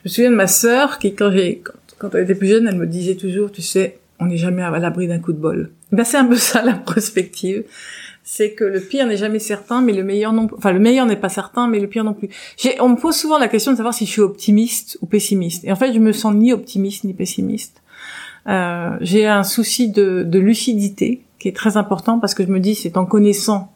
Je me souviens de ma sœur qui, quand elle était plus jeune, elle me disait toujours, tu sais, on n'est jamais à l'abri d'un coup de bol. Ben, c'est un peu ça, la prospective. C'est que le pire n'est jamais certain, mais le meilleur non, enfin, le meilleur n'est pas certain, mais le pire non plus. On me pose souvent la question de savoir si je suis optimiste ou pessimiste. Et en fait, je me sens ni optimiste ni pessimiste. J'ai un souci de lucidité qui est très important parce que je me dis, c'est en connaissant,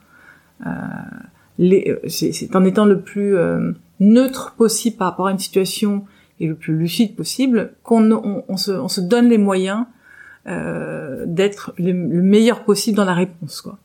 c'est en étant le plus neutre possible par rapport à une situation et le plus lucide possible qu'on se donne les moyens d'être le meilleur possible dans la réponse, quoi.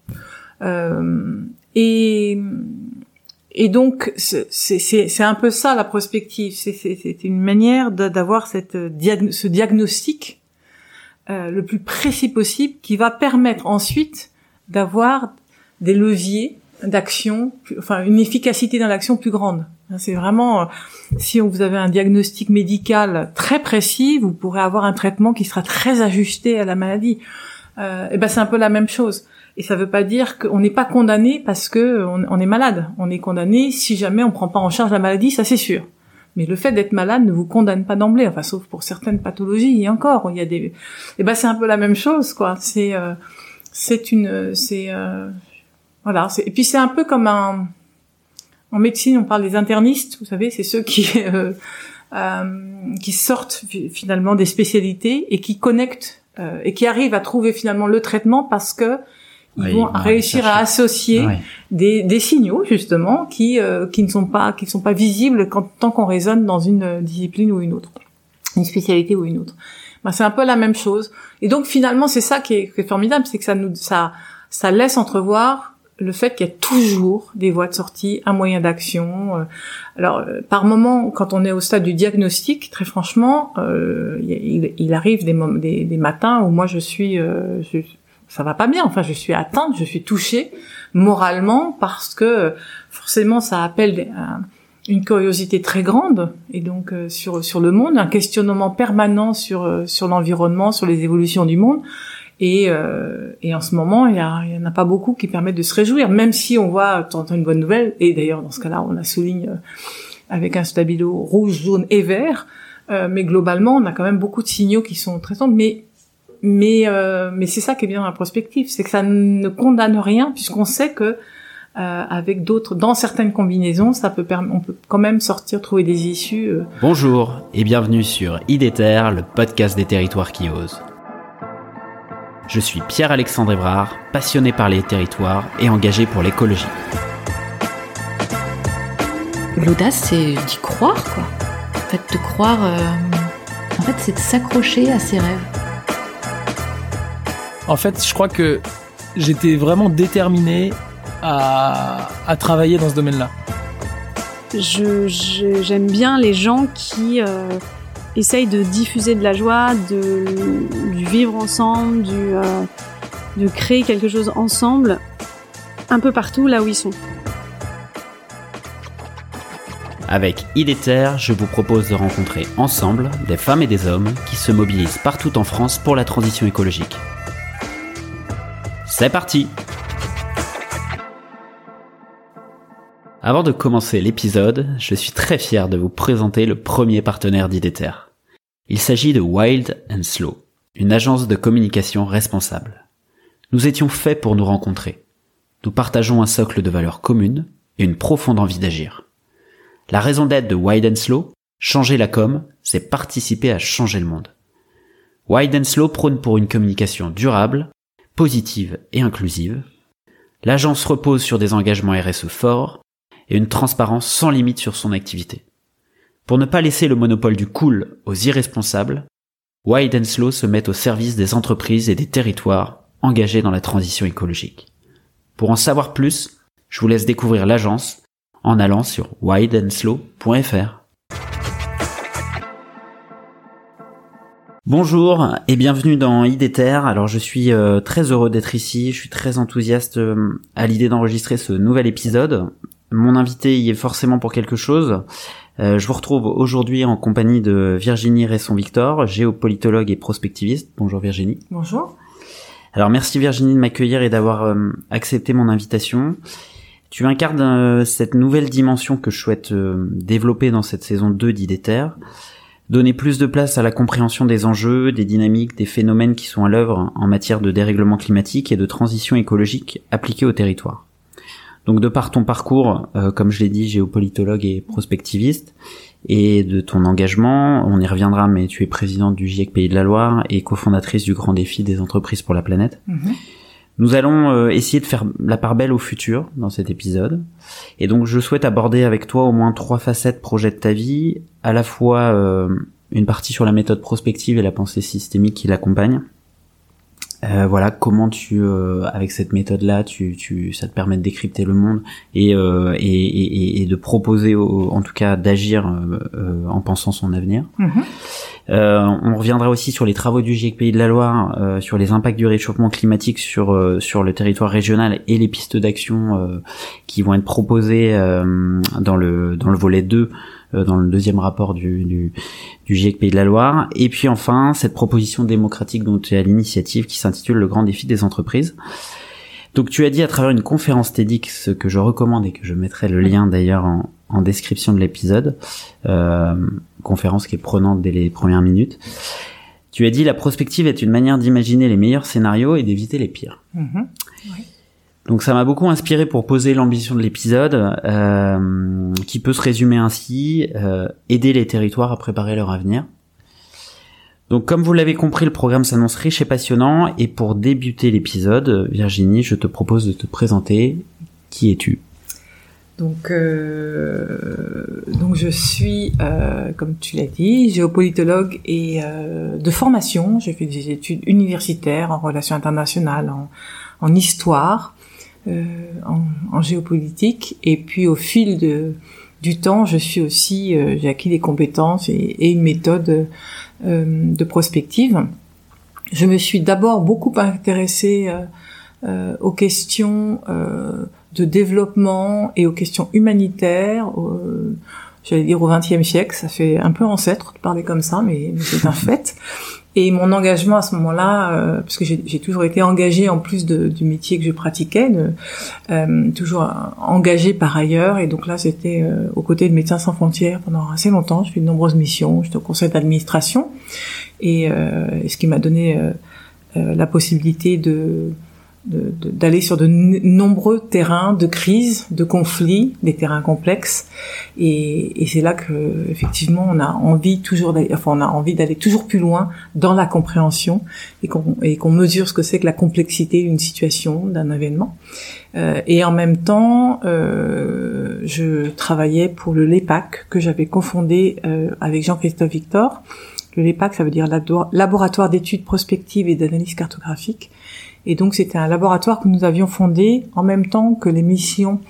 Et donc c'est un peu ça la prospective, c'est une manière d'avoir ce diagnostic le plus précis possible qui va permettre ensuite d'avoir des leviers d'action, enfin une efficacité dans l'action plus grande. C'est vraiment, si vous avez un diagnostic médical très précis, vous pourrez avoir un traitement qui sera très ajusté à la maladie. Et ben c'est un peu la même chose. Et ça veut pas dire qu'on n'est pas condamné parce que on est malade. On est condamné si jamais on prend pas en charge la maladie, ça c'est sûr. Mais le fait d'être malade ne vous condamne pas d'emblée, enfin sauf pour certaines pathologies. Et encore, il y a des. Et ben c'est un peu la même chose, quoi. Voilà. Et puis c'est un peu comme en médecine, on parle des internistes, vous savez, c'est ceux qui sortent finalement des spécialités et qui connectent et qui arrivent à trouver finalement le traitement parce que ils vont réussir à associer des signaux justement qui ne sont pas visibles tant qu'on raisonne dans une discipline ou une autre, une spécialité ou une autre. Ben, c'est un peu la même chose. Et donc finalement c'est ça qui est formidable, c'est que ça laisse entrevoir le fait qu'il y a toujours des voies de sortie, un moyen d'action. Alors, par moment, quand on est au stade du diagnostic, très franchement, il arrive des matins où moi ça va pas bien. Enfin, je suis atteinte, je suis touchée moralement parce que forcément, ça appelle une curiosité très grande et donc sur le monde, un questionnement permanent sur l'environnement, sur les évolutions du monde. Et en ce moment, il y en a pas beaucoup qui permettent de se réjouir, même si on voit tantôt une bonne nouvelle. Et d'ailleurs, dans ce cas-là, on la souligne avec un stabilo rouge, jaune et vert. Mais globalement, on a quand même beaucoup de signaux qui sont très sombres. Mais c'est ça qui est bien dans la prospective, c'est que ça ne condamne rien, puisqu'on sait que avec d'autres, dans certaines combinaisons, on peut quand même trouver des issues. Bonjour et bienvenue sur IDETER, le podcast des territoires qui osent. Je suis Pierre-Alexandre Ébrard, passionné par les territoires et engagé pour l'écologie. L'audace, c'est d'y croire, quoi. En fait, de croire... En fait, c'est de s'accrocher à ses rêves. En fait, je crois que j'étais vraiment déterminé à travailler dans ce domaine-là. J'aime bien les gens qui... essaye de diffuser de la joie, du vivre ensemble, de créer quelque chose ensemble, un peu partout là où ils sont. Avec IDETER, je vous propose de rencontrer ensemble des femmes et des hommes qui se mobilisent partout en France pour la transition écologique. C'est parti! Avant de commencer l'épisode, je suis très fier de vous présenter le premier partenaire d'IDETER. Il s'agit de Wild & Slow, une agence de communication responsable. Nous étions faits pour nous rencontrer. Nous partageons un socle de valeurs communes et une profonde envie d'agir. La raison d'être de Wild & Slow, changer la com, c'est participer à changer le monde. Wild & Slow prône pour une communication durable, positive et inclusive. L'agence repose sur des engagements RSE forts, et une transparence sans limite sur son activité. Pour ne pas laisser le monopole du cool aux irresponsables, Wild & Slow se met au service des entreprises et des territoires engagés dans la transition écologique. Pour en savoir plus, je vous laisse découvrir l'agence en allant sur wildandslow.fr. Bonjour et bienvenue dans IDETER. Alors je suis très heureux d'être ici, je suis très enthousiaste à l'idée d'enregistrer ce nouvel épisode. Mon invité y est forcément pour quelque chose. Je vous retrouve aujourd'hui en compagnie de Virginie Resson-Victor, géopolitologue et prospectiviste. Bonjour Virginie. Bonjour. Alors merci Virginie de m'accueillir et d'avoir accepté mon invitation. Tu incarnes cette nouvelle dimension que je souhaite développer dans cette saison 2 d'Idées Terre. Donner plus de place à la compréhension des enjeux, des dynamiques, des phénomènes qui sont à l'œuvre en matière de dérèglement climatique et de transition écologique appliquée au territoire. Donc de par ton parcours, comme je l'ai dit, géopolitologue et prospectiviste, et de ton engagement, on y reviendra, mais tu es présidente du GIEC Pays de la Loire et cofondatrice du Grand Défi des entreprises pour la planète. Nous allons essayer de faire la part belle au futur dans cet épisode. Et donc je souhaite aborder avec toi au moins 3 facettes projet de ta vie, à la fois une partie sur la méthode prospective et la pensée systémique qui l'accompagne. Voilà comment tu avec cette méthode-là, ça te permet de décrypter le monde et de proposer, en tout cas d'agir en pensant son avenir. On reviendra aussi sur les travaux du GIEC Pays de la Loire, sur les impacts du réchauffement climatique sur le territoire régional et les pistes d'action qui vont être proposées dans le volet 2, dans le deuxième rapport du GIEC Pays de la Loire. Et puis enfin, cette proposition démocratique dont tu es à l'initiative qui s'intitule Le Grand Défi des entreprises. Donc tu as dit à travers une conférence TEDx que je recommande et que je mettrai le lien d'ailleurs en description de l'épisode, conférence qui est prenante dès les premières minutes. Tu as dit la prospective est une manière d'imaginer les meilleurs scénarios et d'éviter les pires. Oui. Donc ça m'a beaucoup inspiré pour poser l'ambition de l'épisode, qui peut se résumer ainsi, aider les territoires à préparer leur avenir. Donc comme vous l'avez compris, le programme s'annonce riche et passionnant, et pour débuter l'épisode, Virginie, je te propose de te présenter. Qui es-tu ? Donc je suis, comme tu l'as dit, géopolitologue et de formation. J'ai fait des études universitaires en relations internationales, en histoire, en géopolitique, et puis au fil du temps, je suis aussi, j'ai acquis des compétences et une méthode de prospective. Je me suis d'abord beaucoup intéressée aux questions de développement et aux questions humanitaires, j'allais dire au XXe siècle. Ça fait un peu ancêtre de parler comme ça, mais c'est un fait. Et mon engagement à ce moment-là, parce que j'ai toujours été engagée en plus du métier que je pratiquais, toujours engagée par ailleurs, et donc là c'était aux côtés de Médecins sans frontières pendant assez longtemps. J'ai fait de nombreuses missions, j'étais au conseil d'administration, et ce qui m'a donné la possibilité d'aller sur de nombreux terrains de crise, de conflits, des terrains complexes, et c'est là que effectivement on a envie d'aller toujours plus loin dans la compréhension et qu'on mesure ce que c'est que la complexité d'une situation, d'un événement. Et en même temps, je travaillais pour le LEPAC que j'avais cofondé avec Jean-Christophe Victor. Le LEPAC, ça veut dire Laboratoire d'études prospectives et d'analyse cartographique. Et donc c'était un laboratoire que nous avions fondé en même temps que les missions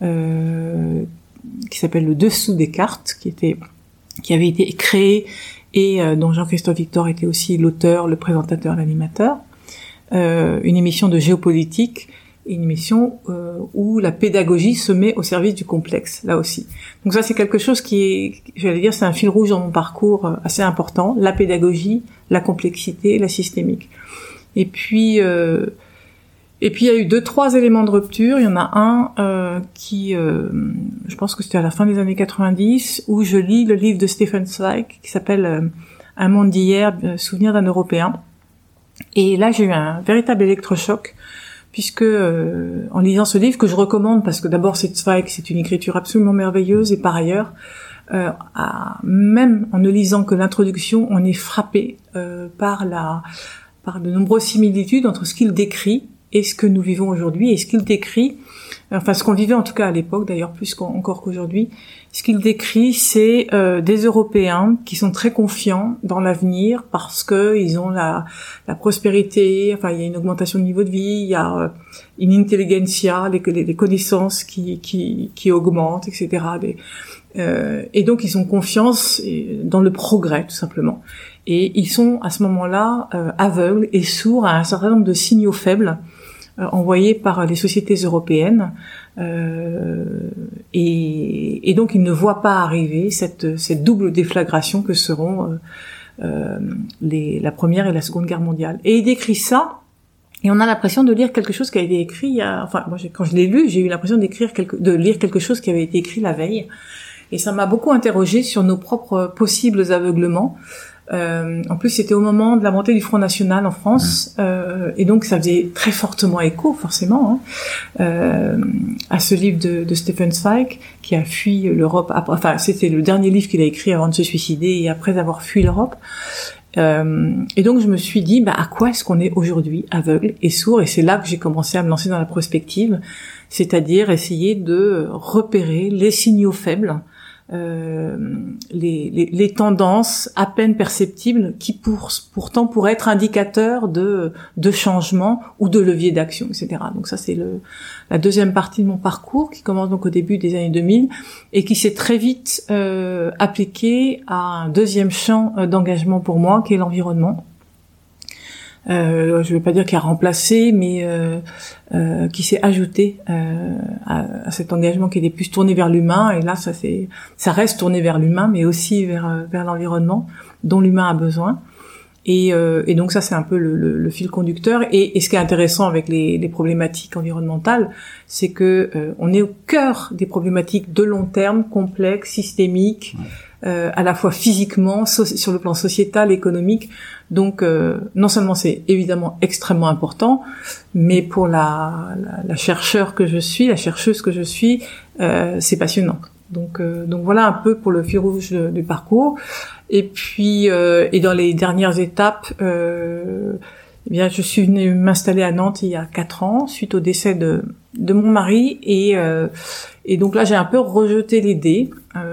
qui s'appelle le Dessous des cartes, qui avait été créée et dont Jean-Christophe Victor était aussi l'auteur, le présentateur, l'animateur. Une émission de géopolitique, une émission où la pédagogie se met au service du complexe, là aussi. Donc ça c'est quelque chose qui est, j'allais dire, c'est un fil rouge dans mon parcours assez important, la pédagogie, la complexité, la systémique. Et puis il y a eu 2-3 éléments de rupture. Il y en a un qui, je pense que c'était à la fin des années 90, où je lis le livre de Stefan Zweig qui s'appelle Un monde d'hier, souvenir d'un Européen. Et là, j'ai eu un véritable électrochoc, puisque en lisant ce livre que je recommande, parce que d'abord c'est Zweig, c'est une écriture absolument merveilleuse, et par ailleurs, même en ne lisant que l'introduction, on est frappé par de nombreuses similitudes entre ce qu'il décrit et ce que nous vivons aujourd'hui, et ce qu'il décrit, enfin ce qu'on vivait en tout cas à l'époque, d'ailleurs plus encore qu'aujourd'hui, ce qu'il décrit, c'est des Européens qui sont très confiants dans l'avenir parce que ils ont la prospérité, enfin il y a une augmentation du niveau de vie, il y a une intelligentsia, les connaissances qui augmentent, etc. Et donc ils ont confiance dans le progrès tout simplement. Et ils sont à ce moment-là aveugles et sourds à un certain nombre de signaux faibles envoyés par les sociétés européennes, et donc ils ne voient pas arriver cette double déflagration que seront la Première et la Seconde Guerre mondiale. Et il décrit ça Et on a l'impression de lire quelque chose qui a été écrit moi, quand je l'ai lu, j'ai eu l'impression de lire quelque chose qui avait été écrit la veille. Et ça m'a beaucoup interrogée sur nos propres possibles aveuglements. En plus, c'était au moment de la montée du Front National en France, et donc ça faisait très fortement écho, forcément, à ce livre de Stefan Zweig, qui a fui l'Europe. C'était le dernier livre qu'il a écrit avant de se suicider et après avoir fui l'Europe. Et donc je me suis dit, à quoi est-ce qu'on est aujourd'hui, aveugle et sourd? Et c'est là que j'ai commencé à me lancer dans la prospective, c'est-à-dire essayer de repérer les signaux faibles, les tendances à peine perceptibles qui pourtant pourraient être indicateurs de changement ou de levier d'action, etc. Donc ça, c'est la deuxième partie de mon parcours qui commence donc au début des années 2000 et qui s'est très vite appliqué à un deuxième champ d'engagement pour moi, qui est l'environnement. Je ne vais pas dire qu'il a remplacé, mais qui s'est ajouté à cet engagement qui était plus tourné vers l'humain. Et là, ça reste tourné vers l'humain, mais aussi vers l'environnement dont l'humain a besoin. Et donc ça, c'est un peu le fil conducteur. Et ce qui est intéressant avec les problématiques environnementales, c'est que on est au cœur des problématiques de long terme, complexes, systémiques, à la fois physiquement, sur le plan sociétal, économique. Donc non seulement c'est évidemment extrêmement important, mais pour la chercheuse que je suis, c'est passionnant. Donc voilà un peu pour le fil rouge du parcours. Et puis et dans les dernières étapes, je suis venue m'installer à Nantes il y a 4 ans suite au décès de mon mari et donc là j'ai un peu rejeté l'idée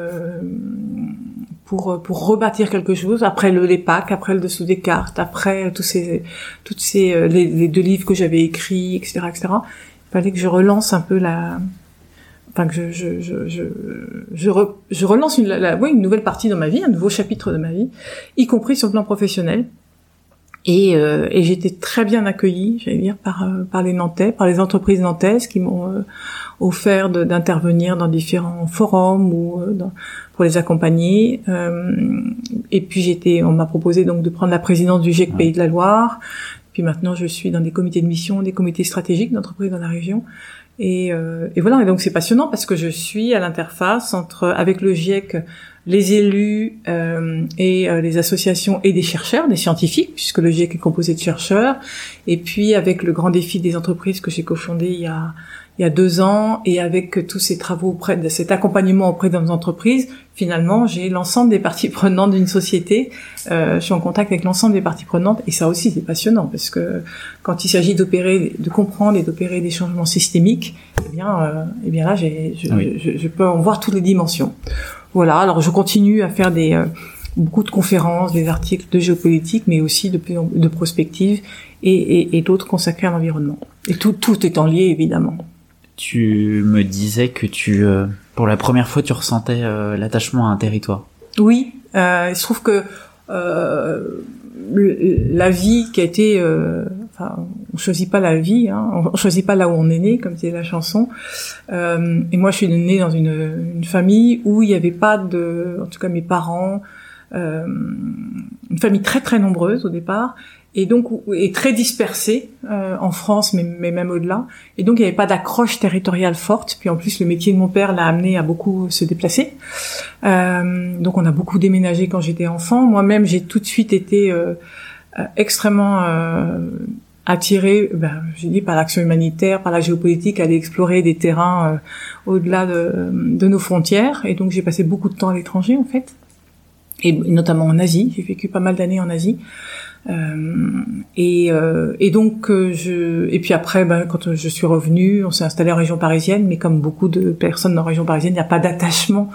pour rebâtir quelque chose après l'EPAC, après le dessous des cartes, après les 2 livres que j'avais écrits, etc. Il fallait que je relance un peu que je relance une nouvelle partie dans ma vie, un nouveau chapitre de ma vie, y compris sur le plan professionnel. Et j'étais très bien accueillie, j'allais dire, par les Nantais, par les entreprises nantaises qui m'ont offert d'intervenir dans différents forums ou pour les accompagner. Et puis on m'a proposé donc de prendre la présidence du GIEC Pays de la Loire. Puis maintenant, je suis dans des comités de mission, des comités stratégiques d'entreprises dans la région. Et voilà. Et donc c'est passionnant parce que je suis à l'interface avec le GIEC, les élus et les associations et des chercheurs, des scientifiques, puisque le GIEC est composé de chercheurs. Et puis avec le grand défi des entreprises que j'ai cofondé il y a 2 ans, et avec tous ces travaux auprès de cet accompagnement auprès des entreprises, finalement, j'ai l'ensemble des parties prenantes d'une société. Je suis en contact avec l'ensemble des parties prenantes, et ça aussi, c'est passionnant, parce que quand il s'agit de comprendre et d'opérer des changements systémiques, eh bien là, je peux en voir toutes les dimensions. Voilà. Alors, je continue à faire beaucoup de conférences, des articles de géopolitique, mais aussi de prospective et d'autres consacrés à l'environnement. Et tout étant lié, évidemment. Tu me disais que pour la première fois, tu ressentais l'attachement à un territoire. Oui, il se trouve que la vie qui a été, on choisit pas la vie, on choisit pas là où on est né, comme c'est la chanson. Et moi, je suis née dans une famille où il y avait pas en tout cas mes parents, une famille très très nombreuse au départ. Et donc est très dispersée en France, mais même au-delà. Et donc il n'y avait pas d'accroche territoriale forte. Puis en plus le métier de mon père l'a amené à beaucoup se déplacer. Donc on a beaucoup déménagé quand j'étais enfant. Moi-même j'ai tout de suite été extrêmement attirée, j'ai dit, par l'action humanitaire, par la géopolitique, aller explorer des terrains au-delà de nos frontières. Et donc j'ai passé beaucoup de temps à l'étranger en fait, et notamment en Asie. J'ai vécu pas mal d'années en Asie. Et donc et puis après quand je suis revenue, on s'est installé en région parisienne, mais comme beaucoup de personnes dans la région parisienne, il n'y a pas d'attachement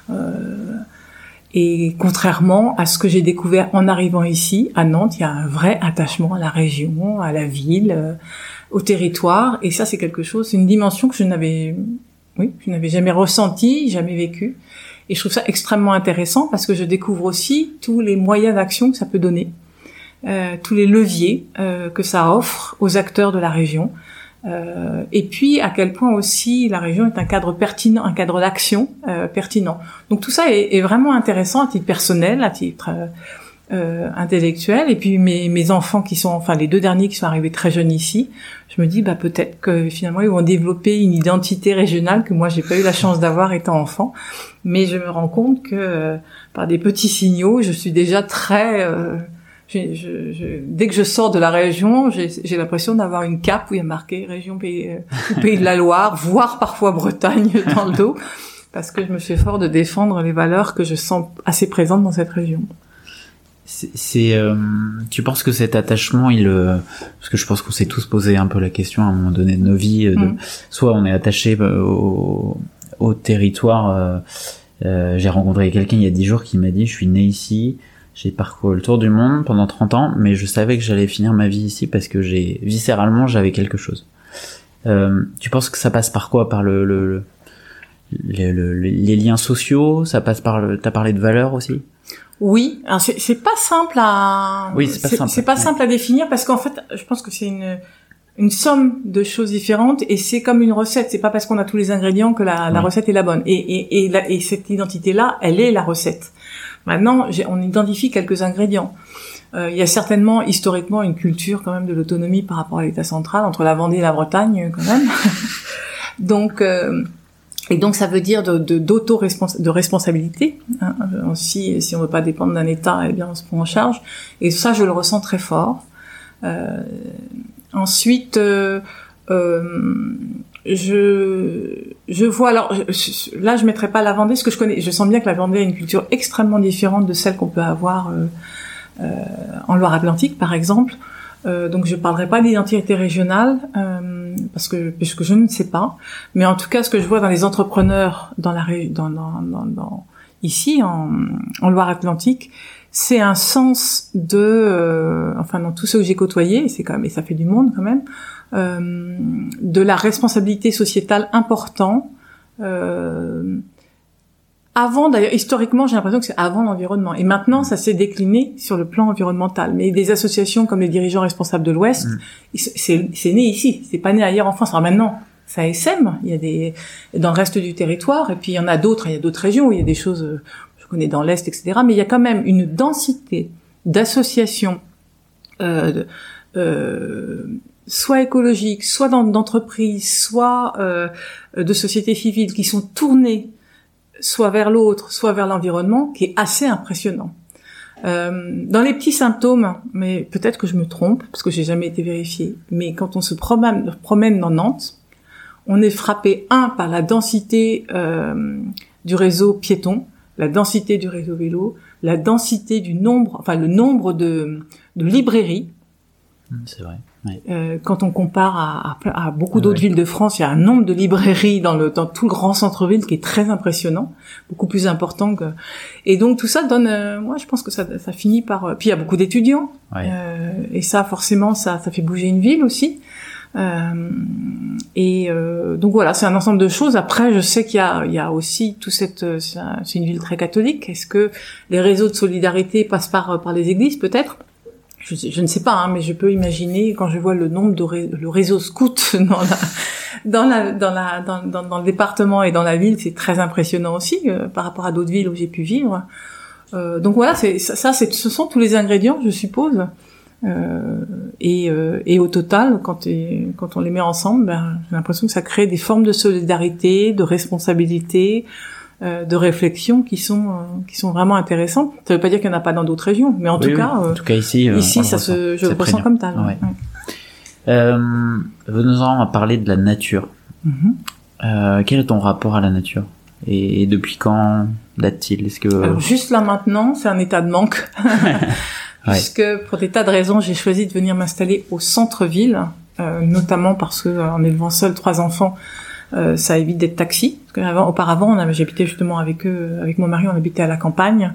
et contrairement à ce que j'ai découvert en arrivant ici à Nantes, il y a un vrai attachement à la région, à la ville, au territoire, et ça c'est quelque chose, c'est une dimension que je n'avais jamais ressentie, jamais vécue, et je trouve ça extrêmement intéressant parce que je découvre aussi tous les moyens d'action que ça peut donner. Tous les leviers que ça offre aux acteurs de la région, et puis à quel point aussi la région est un cadre pertinent, un cadre d'action pertinent. Donc tout ça est vraiment intéressant à titre personnel, à titre intellectuelle. Et puis mes enfants qui sont, enfin les 2 derniers qui sont arrivés très jeunes ici, je me dis peut-être que finalement ils vont développer une identité régionale que moi j'ai pas eu la chance d'avoir étant enfant. Mais je me rends compte que par des petits signaux, je suis déjà très dès que je sors de la région, j'ai l'impression d'avoir une cape où il y a marqué région pays de la Loire, voire parfois Bretagne dans le dos, parce que je me fais fort de défendre les valeurs que je sens assez présentes dans cette région. Tu penses que cet attachement, parce que je pense qu'on s'est tous posé un peu la question à un moment donné de nos vies, soit on est attaché au territoire. J'ai rencontré quelqu'un il y a 10 jours qui m'a dit, je suis né ici, j'ai parcouru le tour du monde pendant 30 ans, mais je savais que j'allais finir ma vie ici parce que viscéralement, j'avais quelque chose. Tu penses que ça passe par quoi? Par les liens sociaux? Ça passe par t'as parlé de valeurs aussi? Oui, alors c'est pas simple à. Oui, c'est pas simple à définir parce qu'en fait, je pense que c'est une somme de choses différentes et c'est comme une recette. C'est pas parce qu'on a tous les ingrédients que la recette est la bonne. Et cette identité-là, elle est la recette. Maintenant, on identifie quelques ingrédients. Il y a certainement historiquement une culture quand même de l'autonomie par rapport à l'État central entre la Vendée et la Bretagne quand même. Donc ça veut dire de responsabilité. Hein. Si on veut pas dépendre d'un État, eh bien on se prend en charge. Et ça, je le ressens très fort. Ensuite, je vois, alors là je mettrai pas la Vendée, parce que je sens bien que la Vendée a une culture extrêmement différente de celle qu'on peut avoir en Loire-Atlantique par exemple. Donc je parlerai pas d'identité régionale puisque je ne sais pas, mais en tout cas ce que je vois dans les entrepreneurs ici en Loire-Atlantique, c'est un sens dans tous ceux que j'ai côtoyés, et ça fait du monde quand même, de la responsabilité sociétale important. Avant, d'ailleurs, historiquement, j'ai l'impression que c'est avant l'environnement. Et maintenant, ça s'est décliné sur le plan environnemental. Mais des associations comme les dirigeants responsables de l'Ouest, c'est né ici. C'est pas né ailleurs en France. Alors maintenant, ça essaime. Il y a dans le reste du territoire. Et puis, il y en a d'autres. Il y a d'autres régions où il y a des choses, je connais dans l'Est, etc. Mais il y a quand même une densité d'associations, soit écologiques, soit d'entreprises, soit de sociétés civiles qui sont tournées soit vers l'autre, soit vers l'environnement, qui est assez impressionnant. Dans les petits symptômes, mais peut-être que je me trompe, parce que j'ai jamais été vérifiée, mais quand on se promène dans Nantes, on est frappé, par la densité du réseau piéton, la densité du réseau vélo, la densité le nombre de librairies. C'est vrai. Oui. Quand on compare à beaucoup d'autres villes de France, il y a un nombre de librairies dans tout le grand centre-ville qui est très impressionnant, beaucoup plus important que. Et donc tout ça donne, moi je pense que ça finit par. Puis il y a beaucoup d'étudiants, et ça forcément ça fait bouger une ville aussi. Donc voilà, c'est un ensemble de choses. Après, je sais qu'il y a aussi c'est une ville très catholique. Est-ce que les réseaux de solidarité passent par les églises peut-être? Je ne sais pas, mais je peux imaginer quand je vois le nombre le réseau scout dans le département et dans la ville, c'est très impressionnant aussi par rapport à d'autres villes où j'ai pu vivre. Donc voilà, ce sont tous les ingrédients, je suppose. Et au total, quand on les met ensemble, j'ai l'impression que ça crée des formes de solidarité, de responsabilité, de réflexion qui sont vraiment intéressantes. Ça veut pas dire qu'il n'y en a pas dans d'autres régions, mais en tout cas ici je le ressens comme tel. Ouais. Nous allons parler de la nature. Quel est ton rapport à la nature et depuis quand date-t-il? Alors, juste là maintenant, c'est un état de manque. Puisque pour des tas de raisons, j'ai choisi de venir m'installer au centre-ville, notamment parce que en élevant seul 3 enfants, ça évite d'être taxi. Parce auparavant, j'habitais justement avec mon mari, on habitait à la campagne,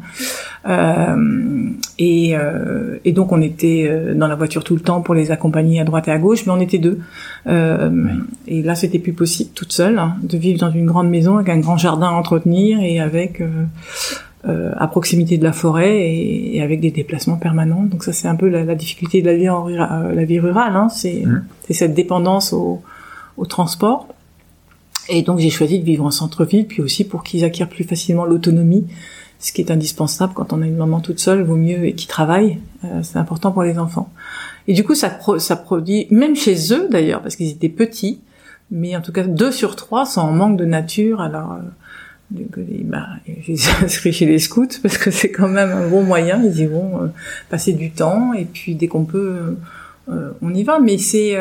et donc on était dans la voiture tout le temps pour les accompagner à droite et à gauche, mais on était 2. Et là, c'était plus possible toute seule de vivre dans une grande maison avec un grand jardin à entretenir et avec à proximité de la forêt et avec des déplacements permanents. Donc ça, c'est un peu la difficulté de la vie rurale. C'est cette dépendance au transport. Et donc j'ai choisi de vivre en centre-ville, puis aussi pour qu'ils acquièrent plus facilement l'autonomie ce qui est indispensable quand on a une maman toute seule, vaut mieux, et qui travaille, c'est important pour les enfants. Et du coup, ça produit, même chez eux d'ailleurs, parce qu'ils étaient petits, mais en tout cas 2 sur 3 sont en manque de nature. Alors, j'ai inscrit chez les scouts parce que c'est quand même un bon moyen. Ils y vont passer du temps, et puis dès qu'on peut, on y va. Mais c'est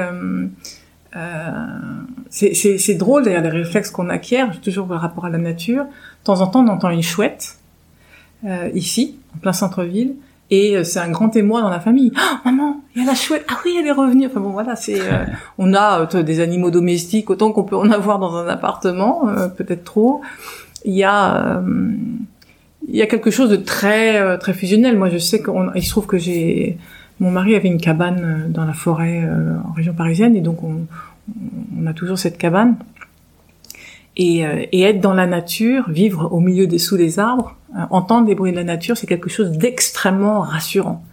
drôle d'ailleurs les réflexes qu'on acquiert, toujours par rapport à la nature. De temps en temps, on entend une chouette ici, en plein centre-ville. Et c'est un grand émoi dans la famille. Oh, maman, il y a la chouette. Ah oui, elle est revenue. Enfin bon, voilà, on a des animaux domestiques autant qu'on peut en avoir dans un appartement, peut-être trop. Il y a quelque chose de très très fusionnel. Moi, je sais il se trouve que mon mari avait une cabane dans la forêt en région parisienne, et donc on a toujours cette cabane. Et être dans la nature, vivre au milieu sous les arbres, entendre les bruits de la nature, c'est quelque chose d'extrêmement rassurant.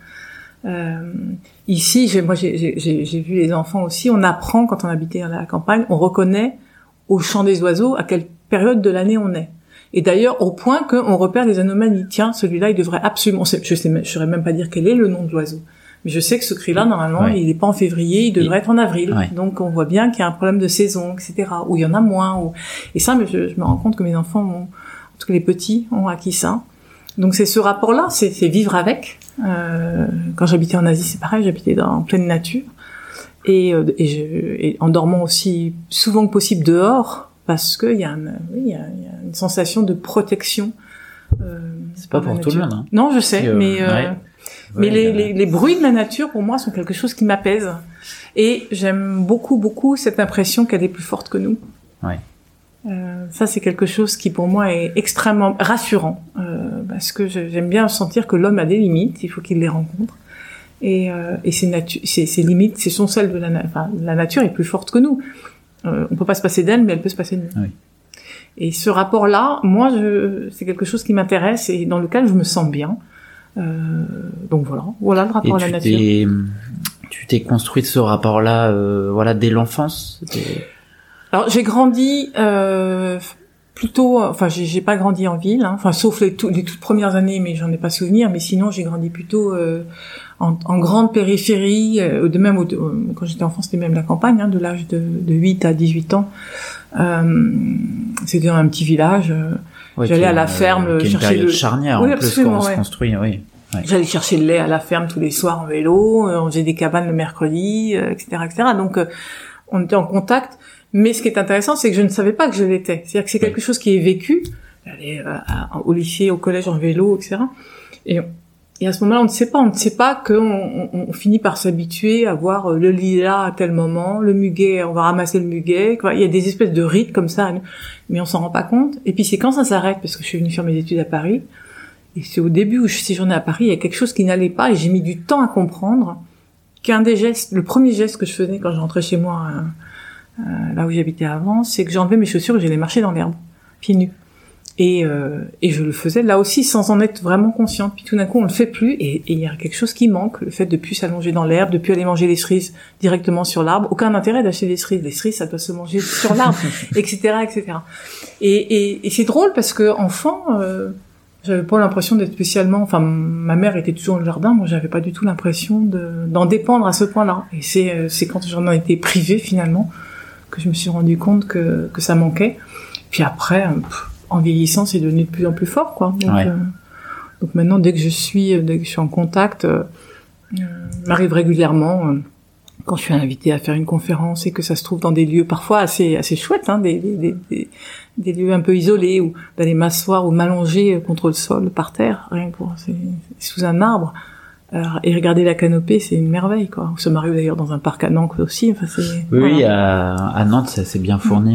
Ici, j'ai vu les enfants aussi. On apprend quand on habitait à la campagne, on reconnaît au chant des oiseaux à quelle période de l'année on est. Et d'ailleurs, au point qu'on repère des anomalies. Tiens, celui-là, il devrait absolument. Je saurais même pas dire quel est le nom de l'oisein. Mais je sais que ce cri-là, normalement, il n'est pas en février, il devrait être en avril. Ouais. Donc, on voit bien qu'il y a un problème de saison, etc. Ou il y en a moins. Et ça, je me rends compte que mes enfants en tout cas les petits, ont acquis ça. Donc, c'est ce rapport-là, c'est vivre avec. Quand j'habitais en Asie, c'est pareil, j'habitais en pleine nature. Et en dormant aussi souvent que possible dehors, parce qu'il y a une sensation de protection. C'est pas pour tout le monde, hein. Non, je sais, mais les bruits de la nature, pour moi, sont quelque chose qui m'apaise. Et j'aime beaucoup, beaucoup cette impression qu'elle est plus forte que nous. Ouais. Ça, c'est quelque chose qui, pour moi, est extrêmement rassurant. Parce que j'aime bien sentir que l'homme a des limites, il faut qu'il les rencontre. Et ces limites, ce sont celles de la nature est plus forte que nous. On peut pas se passer d'elle, mais elle peut se passer de nous. Oui. Et ce rapport-là, moi, c'est quelque chose qui m'intéresse et dans lequel je me sens bien. Donc voilà le rapport à la nature. Tu t'es construite ce rapport-là, dès l'enfance. Alors j'ai grandi plutôt, j'ai pas grandi en ville, hein, sauf les toutes premières années, mais j'en ai pas souvenir. Mais sinon j'ai grandi plutôt en grande périphérie, quand j'étais enfant c'était même la campagne, hein, de l'âge de 8 à 18 ans. C'était dans un petit village. J'allais à la ferme chercher le charnière, oui, en plus quand on se construit, oui. Ouais. J'allais chercher le lait à la ferme tous les soirs en vélo, on faisait des cabanes le mercredi, etc., etc. Donc on était en contact. Mais ce qui est intéressant, c'est que je ne savais pas que je l'étais. C'est-à-dire que c'est quelque chose qui est vécu. J'allais au lycée, au collège en vélo, etc. Et à ce moment-là, on ne sait pas qu'on finit par s'habituer à voir le lilas à tel moment, le muguet, on va ramasser le muguet. Il y a des espèces de rites comme ça, mais on s'en rend pas compte. Et puis c'est quand ça s'arrête, parce que je suis venue faire mes études à Paris, et c'est au début où je séjournais à Paris, il y a quelque chose qui n'allait pas, et j'ai mis du temps à comprendre qu'un des gestes, le premier geste que je faisais quand je rentrais chez moi, là où j'habitais avant, c'est que j'enlevais mes chaussures et j'allais marcher dans l'herbe, pieds nus. Et je le faisais là aussi sans en être vraiment consciente. Puis tout d'un coup, on le fait plus et il y a quelque chose qui manque. Le fait de plus s'allonger dans l'herbe, de plus aller manger les cerises directement sur l'arbre. Aucun intérêt d'acheter des cerises. Les cerises, ça doit se manger sur l'arbre, etc., etc. Et c'est drôle parce que enfant, j'avais pas l'impression d'être spécialement. Ma mère était toujours dans le jardin. Moi, j'avais pas du tout l'impression d'en dépendre à ce point-là. Et c'est quand j'en ai été privée finalement que je me suis rendu compte que ça manquait. Puis après. En vieillissant, c'est devenu de plus en plus fort, quoi. Donc maintenant, dès que je suis en contact, m'arrive régulièrement, quand je suis invitée à faire une conférence et que ça se trouve dans des lieux parfois assez chouettes, hein, des lieux un peu isolés, ou d'aller m'asseoir ou m'allonger contre le sol, par terre, rien que sous un arbre, et regarder la canopée, c'est une merveille, quoi. Ça m'arrive d'ailleurs dans un parc à Nantes aussi. Oui, à Nantes, c'est bien fourni.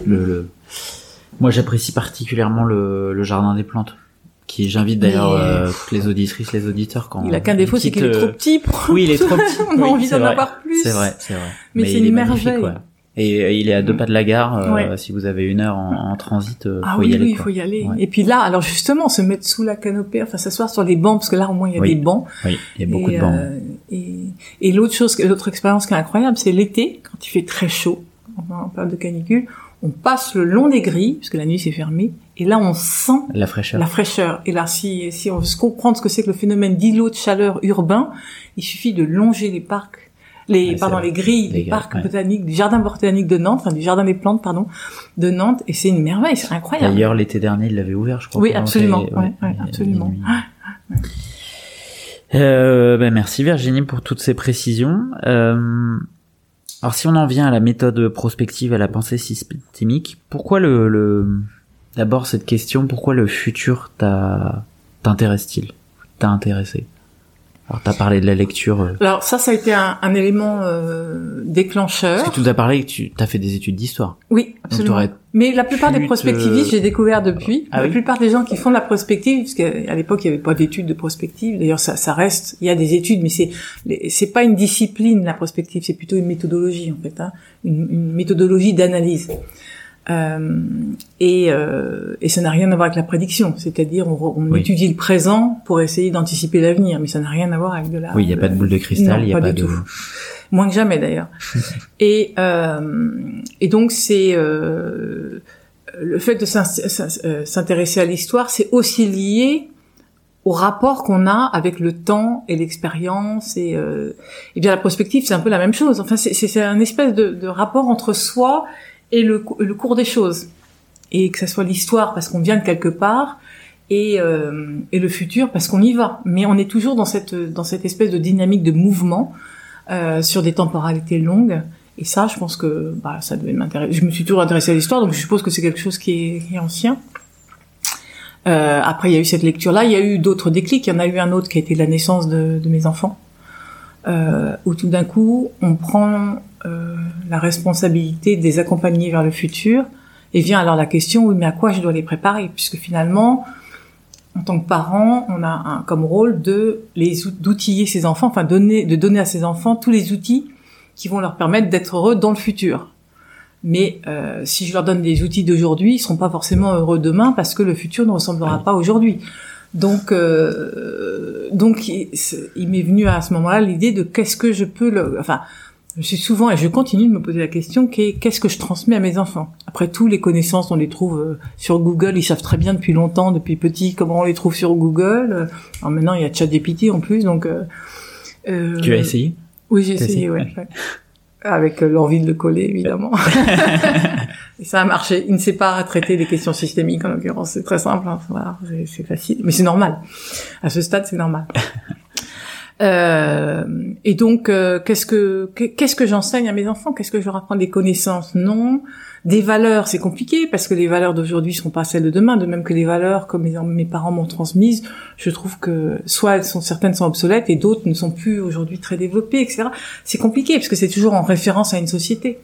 Moi, j'apprécie particulièrement le jardin des plantes, qui j'invite d'ailleurs toutes les auditrices, les auditeurs quand il a qu'un défaut, c'est qu'il est trop petit. Oui, il est trop petit. On a envie d'en avoir plus. C'est vrai. Mais c'est une merveille. Ouais. Et il est à 2 pas de la gare. Si vous avez 1 heure en transit, faut y aller. Oui, faut y aller. Ouais. Et puis là, alors justement, se mettre sous la canopée, s'asseoir sur les bancs, parce que là au moins il y a des bancs. Oui, il y a beaucoup de bancs. Et l'autre expérience qui est incroyable, c'est l'été, quand il fait très chaud, en période de canicule. On passe le long des grilles, puisque la nuit c'est fermé, Et là, on sent la fraîcheur. Et là, si on veut comprendre ce que c'est que le phénomène d'îlot de chaleur urbain, il suffit de longer les parcs, les grilles des parcs botaniques, du jardin botanique de Nantes, enfin du jardin des plantes, de Nantes, et c'est une merveille, c'est incroyable. D'ailleurs, l'été dernier, il l'avait ouvert, je crois. Oui, absolument. Absolument. Merci Virginie pour toutes ces précisions. Alors si on en vient à la méthode prospective, à la pensée systémique, pourquoi d'abord cette question, pourquoi le futur t'a intéressé? Alors t'as parlé de la lecture. Alors ça a été un élément déclencheur. Parce que tu nous as parlé que tu as fait des études d'histoire. Oui, absolument. Mais la plupart des prospectivistes, j'ai découvert depuis. La plupart des gens qui font de la prospective, parce qu'à l'époque il n'y avait pas d'études de prospective. D'ailleurs ça reste, il y a des études, mais c'est pas une discipline la prospective, c'est plutôt une méthodologie en fait, une méthodologie d'analyse. Et ça n'a rien à voir avec la prédiction, c'est-à-dire on étudie le présent pour essayer d'anticiper l'avenir, mais ça n'a rien à voir avec de la... Oui, il n'y a pas de boule de cristal, il n'y a pas de... tout. Moins que jamais d'ailleurs. Et donc c'est le fait de s'intéresser à l'histoire, c'est aussi lié au rapport qu'on a avec le temps et l'expérience et bien la prospective c'est un peu la même chose. Enfin c'est un espèce de rapport entre soi et le cours des choses, et que ça soit l'histoire parce qu'on vient de quelque part et le futur parce qu'on y va, mais on est toujours dans cette espèce de dynamique de mouvement sur des temporalités longues, et ça je pense que ça devait m'intéresser. Je me suis toujours intéressée à l'histoire, donc je suppose que c'est quelque chose qui est ancien. Après il y a eu cette lecture là, il y a eu d'autres déclics, il y en a eu un autre qui a été la naissance de mes enfants, où tout d'un coup on prend la responsabilité de les accompagner vers le futur, et vient alors la question, oui, mais à quoi je dois les préparer, puisque finalement, en tant que parent, on a comme rôle d'outiller ses enfants, enfin de donner à ses enfants tous les outils qui vont leur permettre d'être heureux dans le futur. Mais si je leur donne des outils d'aujourd'hui, ils seront pas forcément heureux demain, parce que le futur ne ressemblera pas aujourd'hui. Donc il m'est venu à ce moment-là l'idée de qu'est-ce que je peux je suis souvent, et je continue de me poser la question, qu'est-ce que je transmets à mes enfants? Après tout, les connaissances, on les trouve sur Google, ils savent très bien depuis longtemps, depuis petit, comment on les trouve sur Google. Alors maintenant, il y a ChatGPT en plus, donc... Tu as essayé? Oui, j'ai essayé, ouais. Avec l'envie de le coller, évidemment. Et ça a marché. Il ne sait pas traiter des questions systémiques, en l'occurrence. C'est très simple, hein. Voilà, c'est facile. Mais c'est normal. À ce stade, c'est normal. Et donc qu'est-ce que j'enseigne à mes enfants? Qu'est-ce que je leur apprends? Des connaissances? Non. Des valeurs, c'est compliqué parce que les valeurs d'aujourd'hui seront pas celles de demain, de même que les valeurs que mes parents m'ont transmises, je trouve que soit certaines sont obsolètes et d'autres ne sont plus aujourd'hui très développées, etc. C'est compliqué parce que c'est toujours en référence à une société.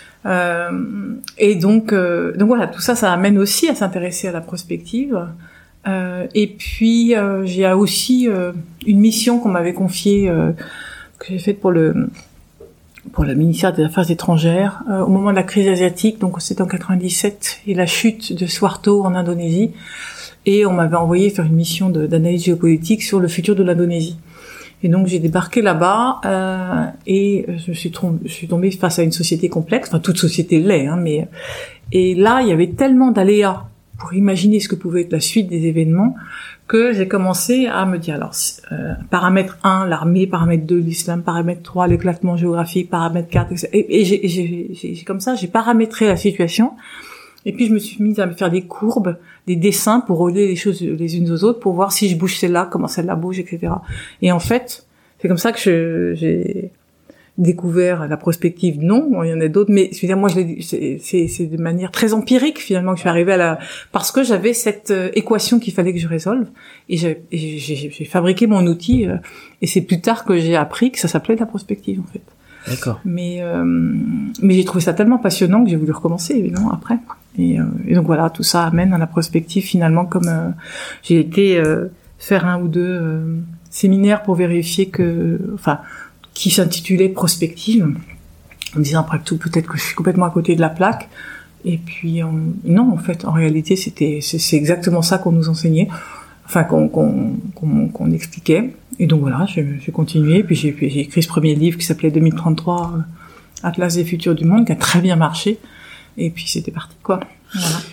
Et donc voilà, tout ça amène aussi à s'intéresser à la prospective. Et puis j'ai aussi une mission qu'on m'avait confiée, que j'ai faite pour le ministère des Affaires étrangères au moment de la crise asiatique, donc c'était en 97, et la chute de Suharto en Indonésie, et on m'avait envoyé faire une mission d'analyse géopolitique sur le futur de l'Indonésie. Et donc j'ai débarqué là-bas et je suis tombée face à une société complexe, enfin toute société l'est, hein, mais et là il y avait tellement d'aléas pour imaginer ce que pouvait être la suite des événements, que j'ai commencé à me dire, alors, paramètre 1, l'armée, paramètre 2, l'islam, paramètre 3, l'éclatement géographique, paramètre 4, etc. Et j'ai comme ça, j'ai paramétré la situation, et puis je me suis mise à me faire des courbes, des dessins pour relier les choses les unes aux autres, pour voir si je bouge celle-là, comment celle-là bouge, etc. Et en fait, c'est comme ça que j'ai découvert la prospective. Non, bon, il y en a d'autres, mais je veux dire, moi c'est de manière très empirique finalement que je suis arrivée parce que j'avais cette équation qu'il fallait que je résolve, et j'ai fabriqué mon outil, et c'est plus tard que j'ai appris que ça s'appelait la prospective en fait. D'accord. Mais j'ai trouvé ça tellement passionnant que j'ai voulu recommencer évidemment après, et donc voilà, tout ça amène à la prospective finalement, comme j'ai été faire un ou deux séminaires pour vérifier qui s'intitulait Prospective, en me disant après tout peut-être que je suis complètement à côté de la plaque, et puis non, en fait en réalité c'est exactement ça qu'on nous enseignait, enfin qu'on expliquait, et donc voilà, j'ai continué, puis j'ai écrit ce premier livre qui s'appelait 2033 Atlas des futurs du monde, qui a très bien marché, et puis c'était parti quoi. Voilà.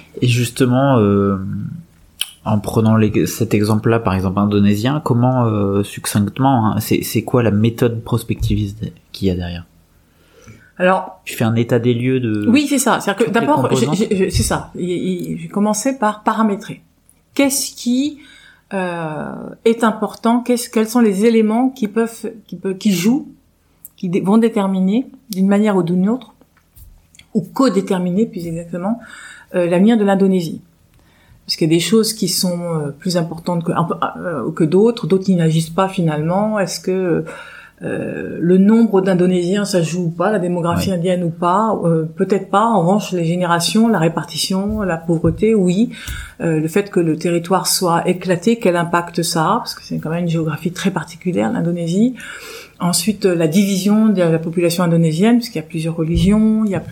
Et justement, en prenant cet exemple-là, par exemple indonésien, comment succinctement, hein, c'est quoi la méthode prospectiviste qu'il y a derrière? Alors, tu fais un état des lieux de. Oui, c'est ça. C'est-à-dire que d'abord, c'est ça. J'ai commencé par paramétrer. Qu'est-ce qui est important? Quels sont les éléments qui jouent, qui vont déterminer d'une manière ou d'une autre, ou co-déterminer plus exactement, l'avenir de l'Indonésie. Parce qu'il y a des choses qui sont plus importantes que d'autres qui n'agissent pas finalement. Est-ce que le nombre d'Indonésiens, ça joue ou pas, la démographie indienne ou pas, peut-être pas. En revanche, les générations, la répartition, la pauvreté, oui. Le fait que le territoire soit éclaté, quel impact ça a, parce que c'est quand même une géographie très particulière, l'Indonésie. Ensuite, la division de la population indonésienne, parce qu'il y a plusieurs religions, il y a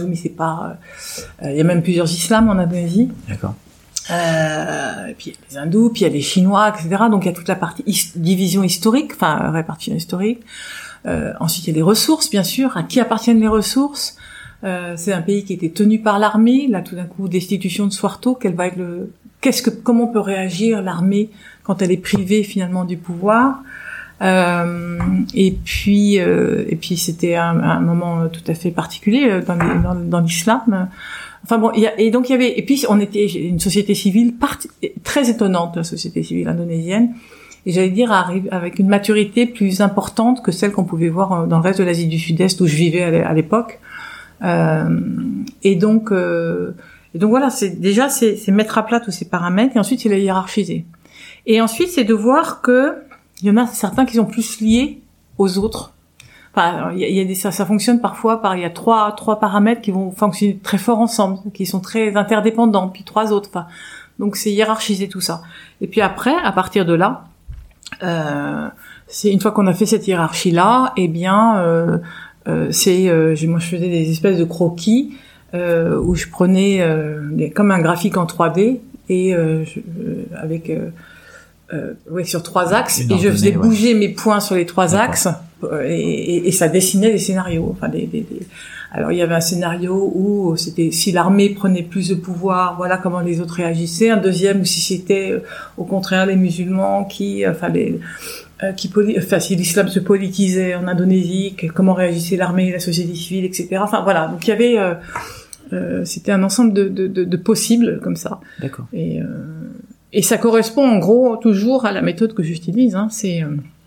même plusieurs islams en Indonésie. D'accord. Et puis il y a les hindous, puis il y a les chinois, etc. Donc il y a toute la partie division historique, enfin répartition historique. Ensuite il y a les ressources, bien sûr. À qui appartiennent les ressources? C'est un pays qui était tenu par l'armée. Là tout d'un coup, destitution de Suharto, comment peut réagir l'armée quand elle est privée finalement du pouvoir? Et puis c'était un moment tout à fait particulier dans l'islam. Enfin bon, et puis on était une société civile très étonnante, la société civile indonésienne, et j'allais dire avec une maturité plus importante que celle qu'on pouvait voir dans le reste de l'Asie du Sud-Est où je vivais à l'époque. Et donc voilà, c'est mettre à plat tous ces paramètres, et ensuite c'est les hiérarchiser. Et ensuite c'est de voir que il y en a certains qui sont plus liés aux autres. Enfin, ça fonctionne parfois il y a trois paramètres qui vont fonctionner très fort ensemble, qui sont très interdépendants, puis trois autres. Enfin, donc c'est hiérarchiser tout ça. Et puis après, à partir de là, c'est une fois qu'on a fait cette hiérarchie-là, eh bien, moi je faisais des espèces de croquis où je prenais comme un graphique en 3D et sur 3 axes, et je faisais bouger mes points sur les 3 axes. Et ça dessinait des scénarios. Enfin, alors il y avait un scénario où c'était si l'armée prenait plus de pouvoir, voilà comment les autres réagissaient. Un deuxième où si c'était au contraire les musulmans si l'islam se politisait en Indonésie, comment réagissait l'armée, la société civile, etc. Enfin voilà. Donc il y avait, c'était un ensemble de possibles comme ça. D'accord. Et ça correspond en gros toujours à la méthode que j'utilise. Hein. C'est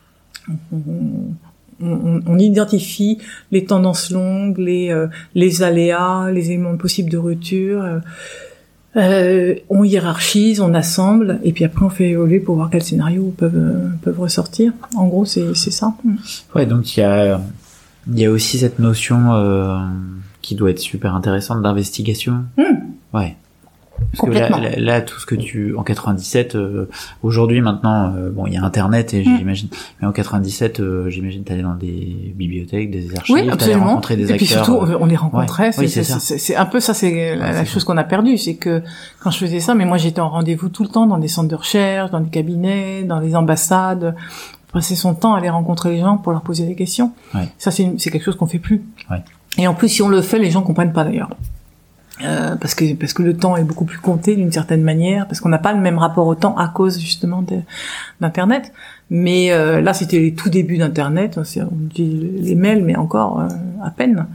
on identifie les tendances longues, les aléas, les éléments possibles de rupture. On hiérarchise, on assemble, et puis après on fait évoluer pour voir quels scénarios peuvent ressortir. En gros, c'est ça. Ouais, donc il y a aussi cette notion qui doit être super intéressante d'investigation. Ouais. Parce que là, tout ce que en 97, aujourd'hui, maintenant, il y a Internet, et j'imagine, mais en 97, j'imagine, t'allais dans des bibliothèques, des archives, oui, t'allais rencontrer des acteurs. Et puis surtout, on les rencontrait, ouais. C'est un peu ça, c'est la chose qu'on a perdue, c'est que quand je faisais ça, mais moi j'étais en rendez-vous tout le temps dans des centres de recherche, dans des cabinets, dans les ambassades, passer son temps à aller rencontrer les gens pour leur poser des questions. Ouais. Ça, c'est quelque chose qu'on fait plus. Ouais. Et en plus, si on le fait, les gens comprennent pas d'ailleurs. Parce que le temps est beaucoup plus compté d'une certaine manière, parce qu'on n'a pas le même rapport au temps à cause justement d'Internet. Mais là, c'était les tout débuts d'Internet, on dit les mails, mais encore à peine.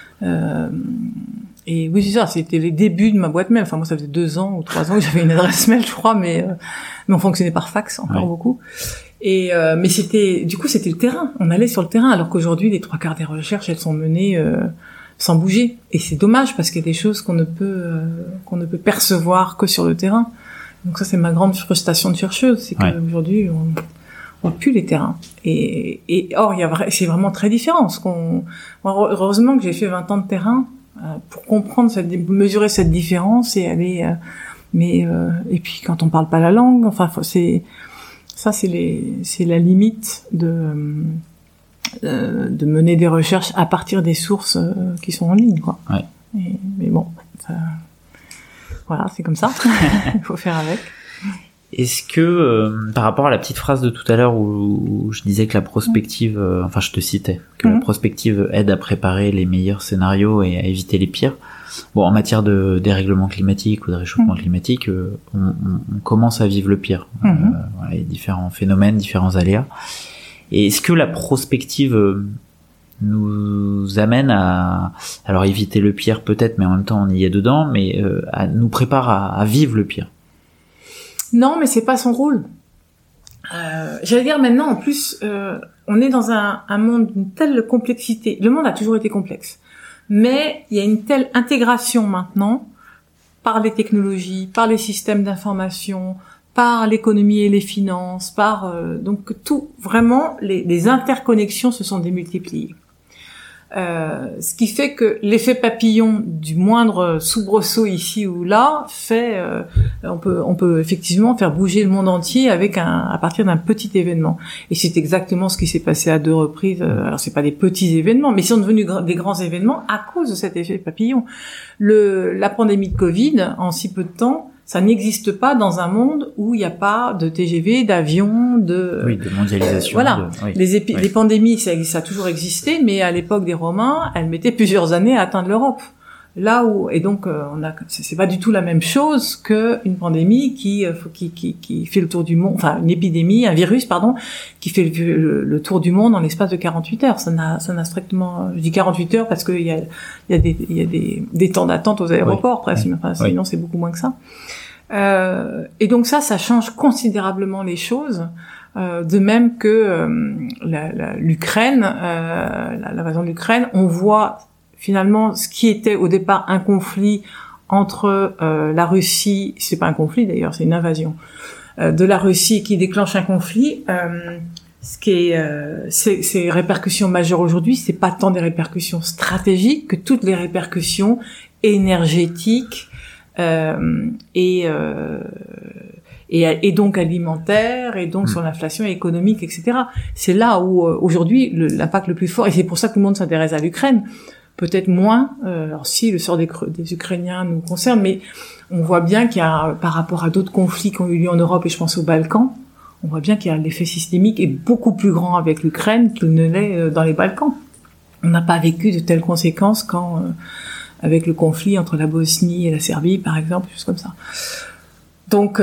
Et oui, c'est ça, c'était les débuts de ma boîte mail. Enfin, moi, ça faisait 2 ans ou 3 ans que j'avais une adresse mail, je crois, mais on fonctionnait par fax encore beaucoup. Et mais c'était le terrain. On allait sur le terrain, alors qu'aujourd'hui, les 3/4 des recherches, elles sont menées sans bouger. Et c'est dommage parce qu'il y a des choses qu'on ne peut percevoir que sur le terrain. Donc ça, c'est ma grande frustration de chercheuse, c'est qu'aujourd'hui, on pue les terrains. Et or, c'est vraiment très différent. Heureusement que j'ai fait 20 ans de terrain pour comprendre mesurer cette différence et aller. Et puis quand on parle pas la langue, enfin, c'est la limite de mener des recherches à partir des sources qui sont en ligne, quoi. Ouais. Mais bon, voilà, c'est comme ça. Il faut faire avec. Est-ce que, par rapport à la petite phrase de tout à l'heure où je disais que la prospective, je te citais, que la prospective aide à préparer les meilleurs scénarios et à éviter les pires, en matière de dérèglement climatique ou de réchauffement climatique, on commence à vivre le pire. Il y a différents phénomènes, différents aléas. Et est-ce que la prospective nous amène à, alors éviter le pire peut-être, mais en même temps on y est dedans, mais nous prépare à vivre le pire? Non, mais c'est pas son rôle. J'allais dire maintenant, en plus, on est dans un monde d'une telle complexité. Le monde a toujours été complexe, mais il y a une telle intégration maintenant par les technologies, par les systèmes d'information, par l'économie et les finances, donc tout, vraiment, les interconnexions se sont démultipliées. Ce qui fait que l'effet papillon du moindre soubresaut ici ou là fait, on peut effectivement faire bouger le monde entier à partir d'un petit événement. Et c'est exactement ce qui s'est passé à 2 reprises. Alors c'est pas des petits événements, mais ils sont devenus des grands événements à cause de cet effet papillon. La pandémie de Covid, en si peu de temps, ça n'existe pas dans un monde où il n'y a pas de TGV, d'avion, de mondialisation. Voilà. Les pandémies, ça a toujours existé, mais à l'époque des Romains, elles mettaient plusieurs années à atteindre l'Europe. Et donc c'est pas du tout la même chose que une pandémie qui fait le tour du monde, enfin une épidémie, un virus qui fait le tour du monde en l'espace de 48 heures. Ça n'a strictement, je dis 48 heures parce qu'il y a des temps d'attente aux aéroports presque, mais enfin sinon c'est beaucoup moins que ça. Et donc ça change considérablement les choses. De même que l'Ukraine, l'invasion de l'Ukraine, on voit finalement ce qui était au départ un conflit entre la Russie, c'est pas un conflit d'ailleurs, c'est une invasion de la Russie qui déclenche un conflit. Ce qui est ces répercussions majeures aujourd'hui, c'est pas tant des répercussions stratégiques que toutes les répercussions énergétiques et donc alimentaire, et donc sur l'inflation économique, etc. C'est là où aujourd'hui l'impact le plus fort, et c'est pour ça que tout le monde s'intéresse à l'Ukraine. Peut-être moins, alors si le sort des Ukrainiens nous concerne, mais on voit bien qu'il y a, par rapport à d'autres conflits qui ont eu lieu en Europe, et je pense aux Balkans, on voit bien qu'il y a l'effet systémique est beaucoup plus grand avec l'Ukraine qu'il ne l'est dans les Balkans. On n'a pas vécu de telles conséquences avec le conflit entre la Bosnie et la Serbie, par exemple, juste comme ça. Donc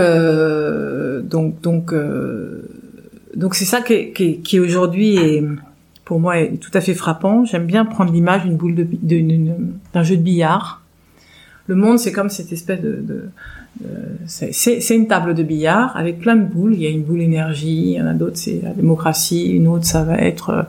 c'est ça qui aujourd'hui est, pour moi, est tout à fait frappant. J'aime bien prendre l'image d'une boule d'un jeu de billard. Le monde, c'est comme cette espèce c'est une table de billard avec plein de boules. Il y a une boule énergie, il y en a d'autres, c'est la démocratie, une autre, ça va être,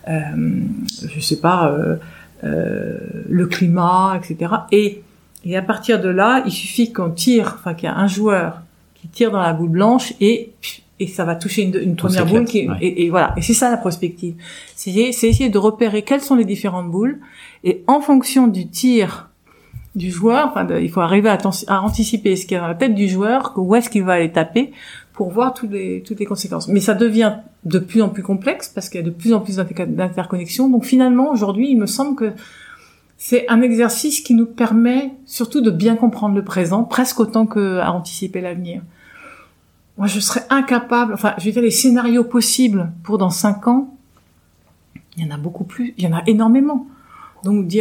le climat, etc. Et à partir de là, il suffit qu'il y a un joueur qui tire dans la boule blanche et ça va toucher une première boule et voilà. Et c'est ça la prospective. C'est essayer de repérer quelles sont les différentes boules, et en fonction du tir du joueur, il faut arriver à anticiper ce qu'il y a dans la tête du joueur, où est-ce qu'il va aller taper, pour voir toutes les conséquences. Mais ça devient de plus en plus complexe parce qu'il y a de plus en plus d'interconnexions. Donc finalement, aujourd'hui, il me semble que c'est un exercice qui nous permet surtout de bien comprendre le présent, presque autant qu'à anticiper l'avenir. Moi, je serais incapable, les scénarios possibles pour dans 5 ans, il y en a beaucoup plus, il y en a énormément. Donc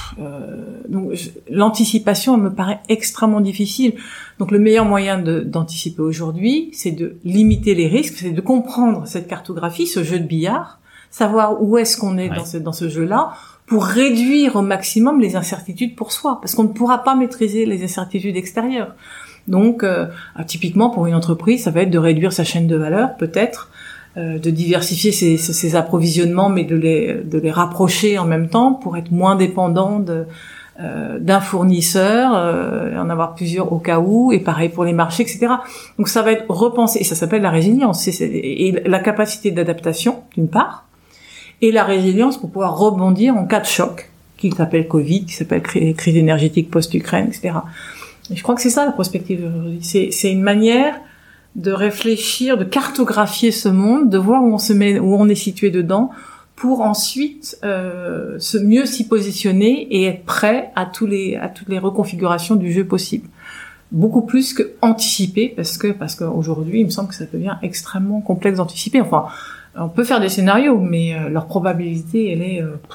l'anticipation, elle me paraît extrêmement difficile. Donc le meilleur moyen d'anticiper aujourd'hui, c'est de limiter les risques, c'est de comprendre cette cartographie, ce jeu de billard, savoir où est-ce qu'on est dans ce jeu-là, pour réduire au maximum les incertitudes pour soi, parce qu'on ne pourra pas maîtriser les incertitudes extérieures. Donc, typiquement pour une entreprise, ça va être de réduire sa chaîne de valeur, peut-être, de diversifier ses approvisionnements, mais de les rapprocher en même temps pour être moins dépendant d'un fournisseur, en avoir plusieurs au cas où, et pareil pour les marchés, etc. Donc ça va être repensé, et ça s'appelle la résilience, et la capacité d'adaptation, d'une part, et la résilience pour pouvoir rebondir en cas de choc, qui s'appelle Covid, qui s'appelle crise énergétique post-Ukraine, etc. Et je crois que c'est ça la prospective aujourd'hui. C'est une manière de réfléchir, de cartographier ce monde, de voir où on est situé dedans, pour ensuite mieux s'y positionner et être prêt à toutes les reconfigurations du jeu possible. Beaucoup plus que anticiper, parce qu'aujourd'hui, il me semble que ça devient extrêmement complexe d'anticiper. Enfin, on peut faire des scénarios, mais leur probabilité,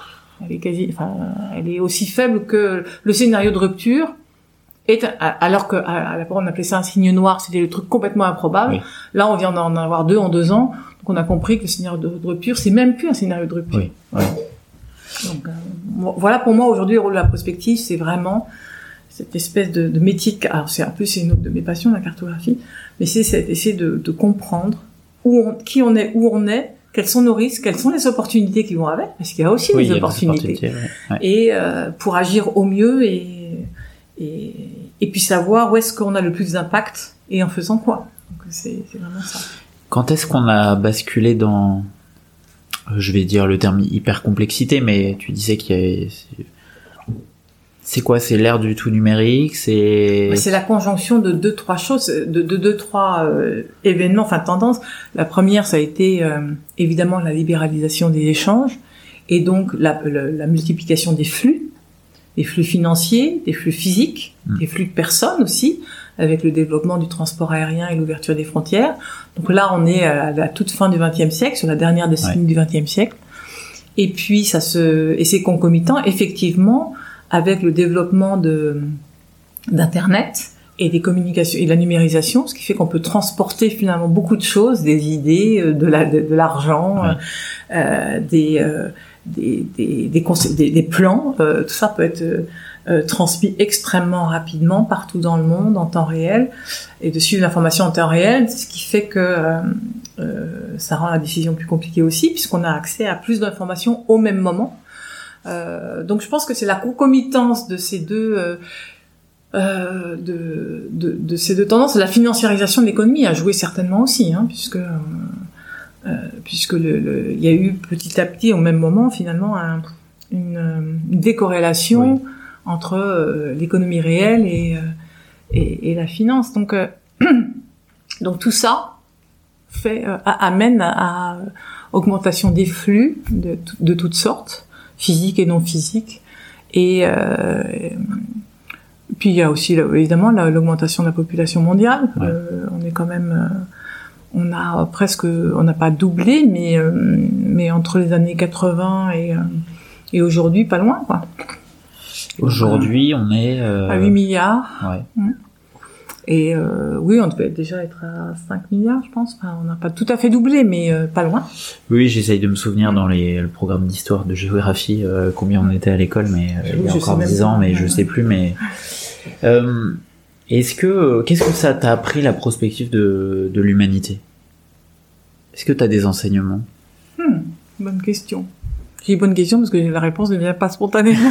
elle est aussi faible que le scénario de rupture. Alors que à la fois on appelait ça un signe noir, c'était le truc complètement improbable. Oui. Là, on vient d'en avoir 2 en 2 ans, donc on a compris que le scénario de rupture, c'est même plus un scénario de rupture. Oui. Oui. Donc voilà, pour moi aujourd'hui, le rôle de la prospective, c'est vraiment cette espèce de métier. Alors c'est une autre de mes passions, la cartographie, mais c'est essayer de comprendre qui on est, où on est, quels sont nos risques, quelles sont les opportunités qui vont avec, parce qu'il y a aussi des opportunités. Ouais. Et pour agir au mieux et puis savoir où est-ce qu'on a le plus d'impact et en faisant quoi. Donc c'est vraiment ça. Quand est-ce qu'on a basculé dans, je vais dire le terme hyper complexité, mais tu disais qu'il y avait, c'est quoi, c'est l'ère du tout numérique, c'est la conjonction de 2-3 choses, de 2-3 événements, enfin tendances. La première, ça a été évidemment la libéralisation des échanges et donc la multiplication des flux financiers, des flux physiques, des flux de personnes aussi, avec le développement du transport aérien et l'ouverture des frontières. Donc là, on est à la toute fin du XXe siècle, sur la dernière décennie du XXe siècle. Et puis c'est concomitant, effectivement, avec le développement d'Internet et des communications et de la numérisation, ce qui fait qu'on peut transporter finalement beaucoup de choses, des idées, de l'argent, des plans, tout ça peut être transmis extrêmement rapidement partout dans le monde en temps réel et de suivre l'information en temps réel, ce qui fait que ça rend la décision plus compliquée aussi puisqu'on a accès à plus d'informations au même moment. Donc je pense que c'est la concomitance de ces deux de ces deux tendances. La financiarisation de l'économie a joué certainement aussi, puisque il y a eu petit à petit au même moment finalement une décorrélation entre l'économie réelle et la finance. Donc tout ça amène à augmentation des flux de toutes sortes, physiques et non physiques, et puis il y a aussi évidemment l'augmentation de la population mondiale. On est quand même on n'a pas doublé, mais entre les années 80 et aujourd'hui, pas loin, quoi. Aujourd'hui, on est à 8 milliards. Ouais. Et oui, on devait déjà être à 5 milliards, je pense. Enfin, on n'a pas tout à fait doublé, mais pas loin. Oui, j'essaye de me souvenir dans le programme d'histoire, de géographie, combien on était à l'école, mais il y a encore 10 ans, mais je sais plus. Mais qu'est-ce que ça t'a appris, la prospective de l'humanité? Est-ce que t'as des enseignements? Bonne question. J'ai bonne question parce que la réponse ne vient pas spontanément.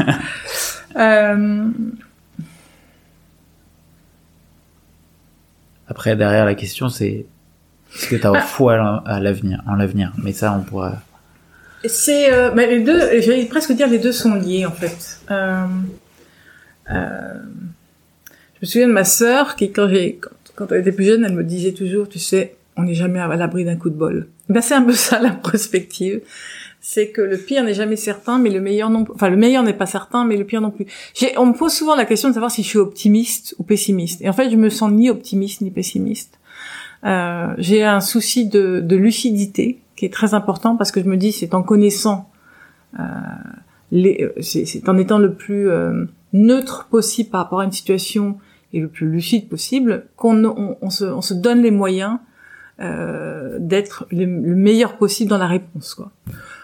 Après, derrière la question, c'est est-ce que t'as foi en l'avenir? Mais ça, on pourra. C'est les deux. J'allais presque dire les deux sont liés en fait. Je me souviens de ma sœur qui, quand elle était plus jeune, elle me disait toujours, tu sais, on n'est jamais à l'abri d'un coup de bol. Ben c'est un peu ça la prospective. C'est que le pire n'est jamais certain, mais le meilleur non. Enfin, le meilleur n'est pas certain, mais le pire non plus. On me pose souvent la question de savoir si je suis optimiste ou pessimiste. Et en fait, je me sens ni optimiste ni pessimiste. J'ai un souci de lucidité qui est très important parce que je me dis c'est en connaissant, c'est en étant le plus neutre possible par rapport à une situation et le plus lucide possible qu'on se donne les moyens d'être le meilleur possible dans la réponse, quoi.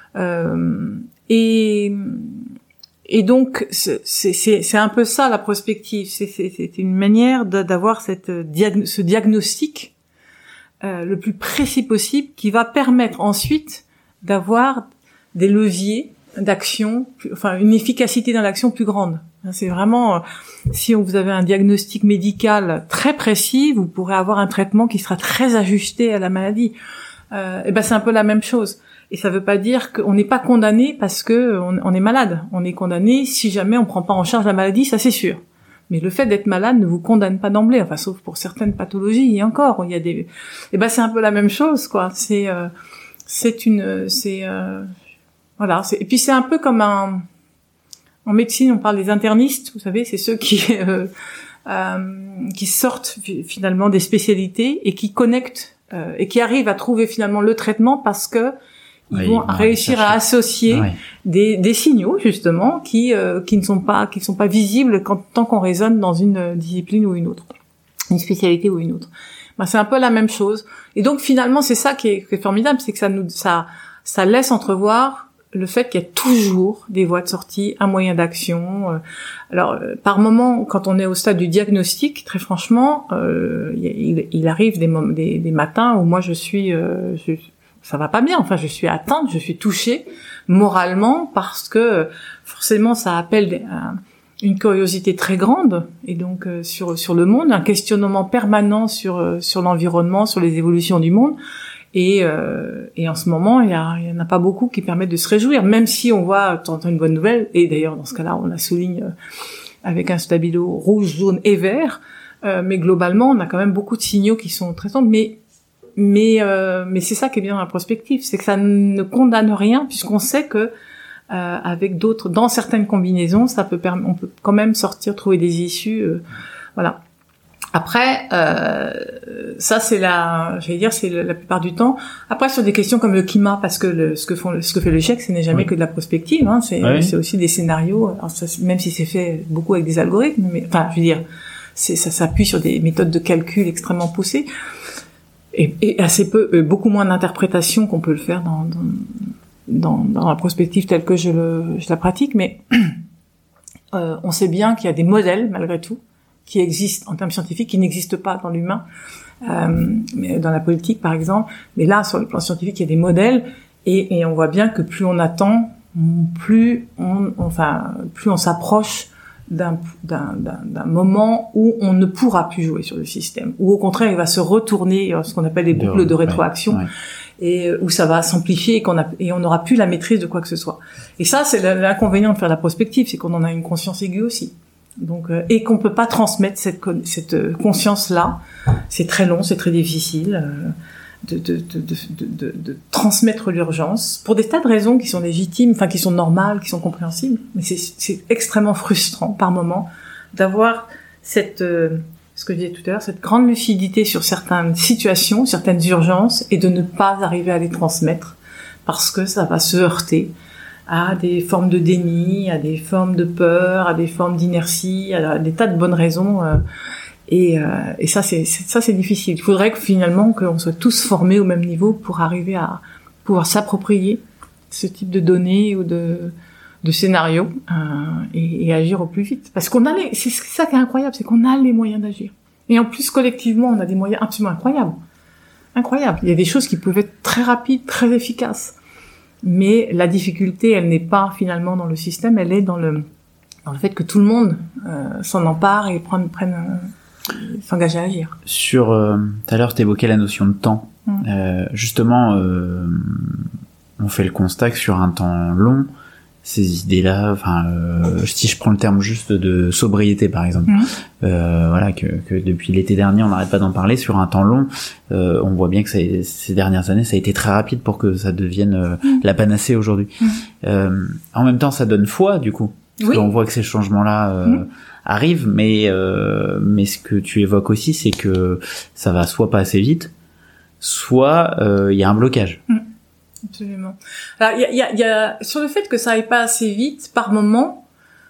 Et donc c'est un peu ça la prospective, c'est une manière d'avoir ce diagnostic le plus précis possible qui va permettre ensuite d'avoir des leviers d'action, enfin une efficacité dans l'action plus grande. C'est vraiment si vous avez un diagnostic médical très précis, vous pourrez avoir un traitement qui sera très ajusté à la maladie. Et ben c'est un peu la même chose. Et ça veut pas dire qu'on n'est pas condamné parce que on est malade. On est condamné si jamais on prend pas en charge la maladie, ça c'est sûr. Mais le fait d'être malade ne vous condamne pas d'emblée, enfin sauf pour certaines pathologies. Et encore, il y a des. Et ben c'est un peu la même chose, quoi. Voilà. Et puis c'est un peu comme en médecine, on parle des internistes. Vous savez, c'est ceux qui sortent finalement des spécialités et qui connectent et qui arrivent à trouver finalement le traitement parce que ils vont réussir à associer des signaux justement qui ne sont pas visibles tant qu'on raisonne dans une discipline ou une autre, une spécialité ou une autre. C'est un peu la même chose. Et donc finalement, c'est ça qui est formidable, c'est que ça laisse entrevoir le fait qu'il y a toujours des voies de sortie, un moyen d'action. Alors, par moment, quand on est au stade du diagnostic, très franchement, il arrive des matins où moi ça va pas bien. Enfin, je suis atteinte, je suis touchée moralement parce que forcément, ça appelle une curiosité très grande et donc sur le monde, un questionnement permanent sur l'environnement, sur les évolutions du monde. Et en ce moment, il y en a pas beaucoup qui permettent de se réjouir, même si on voit t'entends une bonne nouvelle. Et d'ailleurs, dans ce cas-là, on la souligne avec un stabilo rouge, jaune et vert. Mais globalement, on a quand même beaucoup de signaux qui sont très sombres. Mais c'est ça qui est bien dans la prospective, c'est que ça ne condamne rien, puisqu'on sait que avec d'autres, dans certaines combinaisons, on peut quand même trouver des issues. Voilà. Après, ça c'est la plupart du temps. Après sur des questions comme le climat, parce que ce que fait le GIEC, ce n'est jamais que de la prospective, hein, c'est aussi des scénarios. Alors ça, même si c'est fait beaucoup avec des algorithmes, mais enfin, je veux dire, ça s'appuie sur des méthodes de calcul extrêmement poussées et assez beaucoup moins d'interprétation qu'on peut le faire dans la prospective telle que je la pratique. Mais on sait bien qu'il y a des modèles malgré tout qui existent en termes scientifiques, qui n'existent pas dans l'humain, mais dans la politique par exemple. Mais là, sur le plan scientifique, il y a des modèles, et on voit bien que plus on attend, plus on s'approche d'un moment où on ne pourra plus jouer sur le système, où au contraire, il va se retourner, ce qu'on appelle des boucles de rétroaction, et où ça va s'amplifier et on n'aura plus la maîtrise de quoi que ce soit. Et ça, c'est l'inconvénient de faire la prospective, c'est qu'on en a une conscience aiguë aussi. Donc, et qu'on peut pas transmettre cette conscience-là. C'est très long, c'est très difficile de transmettre l'urgence pour des tas de raisons qui sont légitimes, enfin qui sont normales, qui sont compréhensibles. Mais c'est extrêmement frustrant par moment d'avoir ce que je disais tout à l'heure, cette grande lucidité sur certaines situations, certaines urgences, et de ne pas arriver à les transmettre parce que ça va se heurter à des formes de déni, à des formes de peur, à des formes d'inertie, à des tas de bonnes raisons. Et ça, c'est difficile. Il faudrait que finalement qu'on soit tous formés au même niveau pour arriver à pouvoir s'approprier ce type de données ou de scénarios et agir au plus vite. Parce c'est ça qui est incroyable, c'est qu'on a les moyens d'agir. Et en plus, collectivement, on a des moyens absolument incroyables. Incroyables. Il y a des choses qui peuvent être très rapides, très efficaces. Mais la difficulté, elle n'est pas finalement dans le système, elle est dans le fait que tout le monde s'en empare et s'engage à agir. Tout à l'heure, tu évoquais la notion de temps. Justement, on fait le constat que sur un temps long, ces idées-là, si je prends le terme juste de sobriété par exemple, voilà, que depuis l'été dernier on n'arrête pas d'en parler, sur un temps long, on voit bien que ces dernières années ça a été très rapide pour que ça devienne la panacée aujourd'hui. En même temps ça donne foi du coup, parce qu'on voit que ces changements-là arrivent, mais ce que tu évoques aussi, c'est que ça va soit pas assez vite, soit il y a un blocage. Absolument. Alors, il y a sur le fait que ça aille pas assez vite, par moment,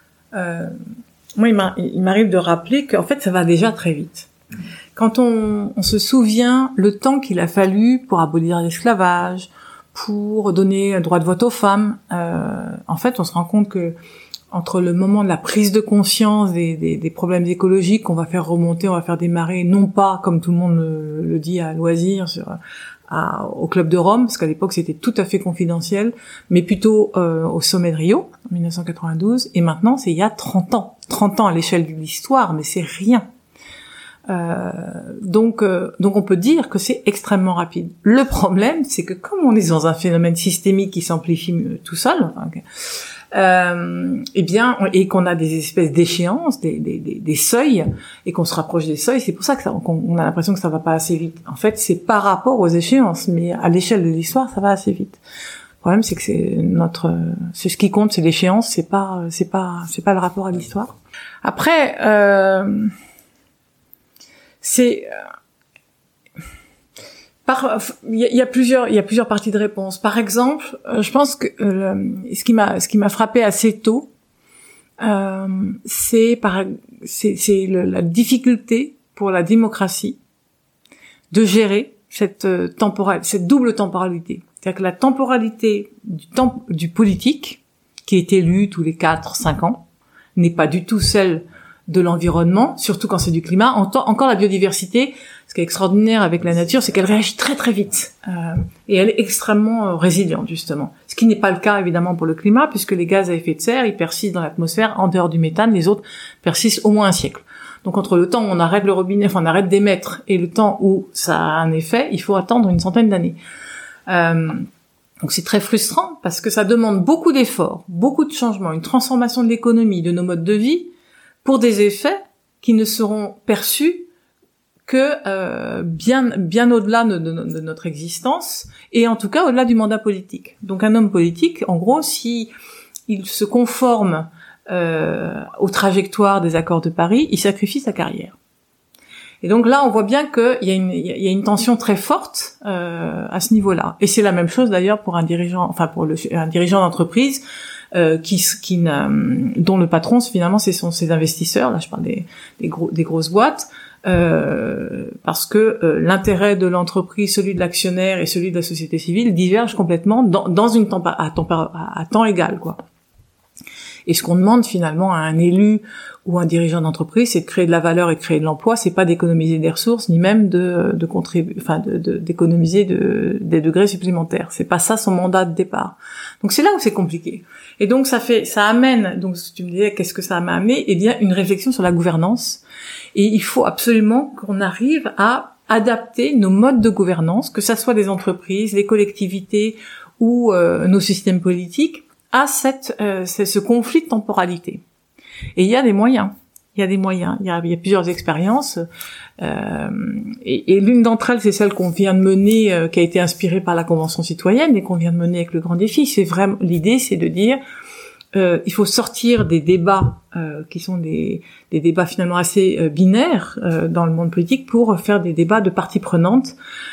moi, il m'arrive de rappeler qu'en fait, ça va déjà très vite. Quand on se souvient le temps qu'il a fallu pour abolir l'esclavage, pour donner un droit de vote aux femmes, en fait, on se rend compte que entre le moment de la prise de conscience des problèmes écologiques, on va faire remonter, on va faire démarrer, non pas comme tout le monde le dit à loisir au Club de Rome, parce qu'à l'époque c'était tout à fait confidentiel, mais plutôt au sommet de Rio, en 1992, et maintenant c'est il y a 30 ans. 30 ans à l'échelle de l'histoire, mais c'est rien. Donc on peut dire que c'est extrêmement rapide. Le problème, c'est que comme on est dans un phénomène systémique qui s'amplifie tout seul, et qu'on a des espèces d'échéances, des seuils, et qu'on se rapproche des seuils, c'est pour ça qu'on a l'impression que ça va pas assez vite. En fait, c'est par rapport aux échéances, mais à l'échelle de l'histoire, ça va assez vite. Le problème, c'est que c'est ce qui compte, c'est l'échéance, c'est pas le rapport à l'histoire. Après, Il y a plusieurs parties de réponse. Par exemple, je pense que ce qui m'a frappé assez tôt, c'est la difficulté pour la démocratie de gérer cette double temporalité. C'est-à-dire que la temporalité du politique, qui est élu tous les 4-5 ans, n'est pas du tout celle de l'environnement, surtout quand c'est du climat. Encore la biodiversité, ce qui est extraordinaire avec la nature, c'est qu'elle réagit très très vite. Et elle est extrêmement résiliente, justement. Ce qui n'est pas le cas, évidemment, pour le climat, puisque les gaz à effet de serre, ils persistent dans l'atmosphère, en dehors du méthane, les autres persistent au moins un siècle. Donc entre le temps où on arrête le robinet, on arrête d'émettre, et le temps où ça a un effet, il faut attendre une centaine d'années. Donc c'est très frustrant, parce que ça demande beaucoup d'efforts, beaucoup de changements, une transformation de l'économie, de nos modes de vie, pour des effets qui ne seront perçus que bien au-delà de notre existence, et en tout cas au-delà du mandat politique. Donc un homme politique, en gros, si il se conforme aux trajectoires des accords de Paris, il sacrifie sa carrière. Et donc là, on voit bien qu'il y a une tension très forte à ce niveau-là. Et c'est la même chose d'ailleurs pour un dirigeant d'entreprise dont le patron finalement sont ses investisseurs. Là, je parle des grosses boîtes. Parce que l'intérêt de l'entreprise, celui de l'actionnaire et celui de la société civile divergent complètement dans une à temps égal, quoi. Et ce qu'on demande finalement à un élu ou un dirigeant d'entreprise, c'est de créer de la valeur et de créer de l'emploi. C'est pas d'économiser des ressources, ni même d'économiser des degrés supplémentaires. C'est pas ça son mandat de départ. Donc c'est là où c'est compliqué. Et donc ça amène, donc tu me disais qu'est-ce que ça m'a amené? Eh bien, une réflexion sur la gouvernance. Et il faut absolument qu'on arrive à adapter nos modes de gouvernance, que ça soit des entreprises, les collectivités ou nos systèmes politiques, à ce conflit de temporalité. Et il y a des moyens. Il y a plusieurs expériences. Et l'une d'entre elles, c'est celle qu'on vient de mener, qui a été inspirée par la Convention citoyenne et qu'on vient de mener avec le Grand Défi. C'est vraiment, l'idée, c'est de dire, il faut sortir des débats qui sont des débats finalement assez binaires dans le monde politique pour faire des débats de parties prenantes,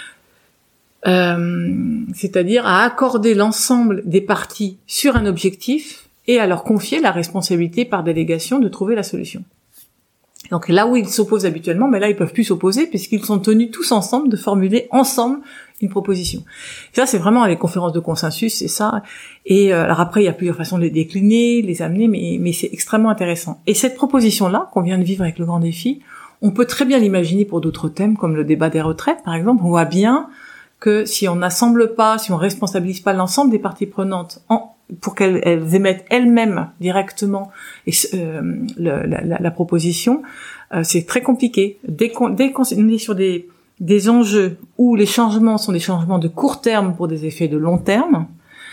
c'est-à-dire à accorder l'ensemble des parties sur un objectif et à leur confier la responsabilité par délégation de trouver la solution. Donc là où ils s'opposent habituellement, mais là ils peuvent plus s'opposer puisqu'ils sont tenus tous ensemble de formuler ensemble une proposition. Et ça c'est vraiment les conférences de consensus, c'est ça. Et alors après il y a plusieurs façons de les décliner, les amener, mais c'est extrêmement intéressant. Et cette proposition-là qu'on vient de vivre avec le Grand Défi, on peut très bien l'imaginer pour d'autres thèmes comme le débat des retraites par exemple. On voit bien que si on n'assemble pas, si on responsabilise pas l'ensemble des parties prenantes pour qu'elles émettent elles-mêmes directement la proposition, c'est très compliqué. Dès qu'on est sur des enjeux où les changements sont des changements de court terme pour des effets de long terme,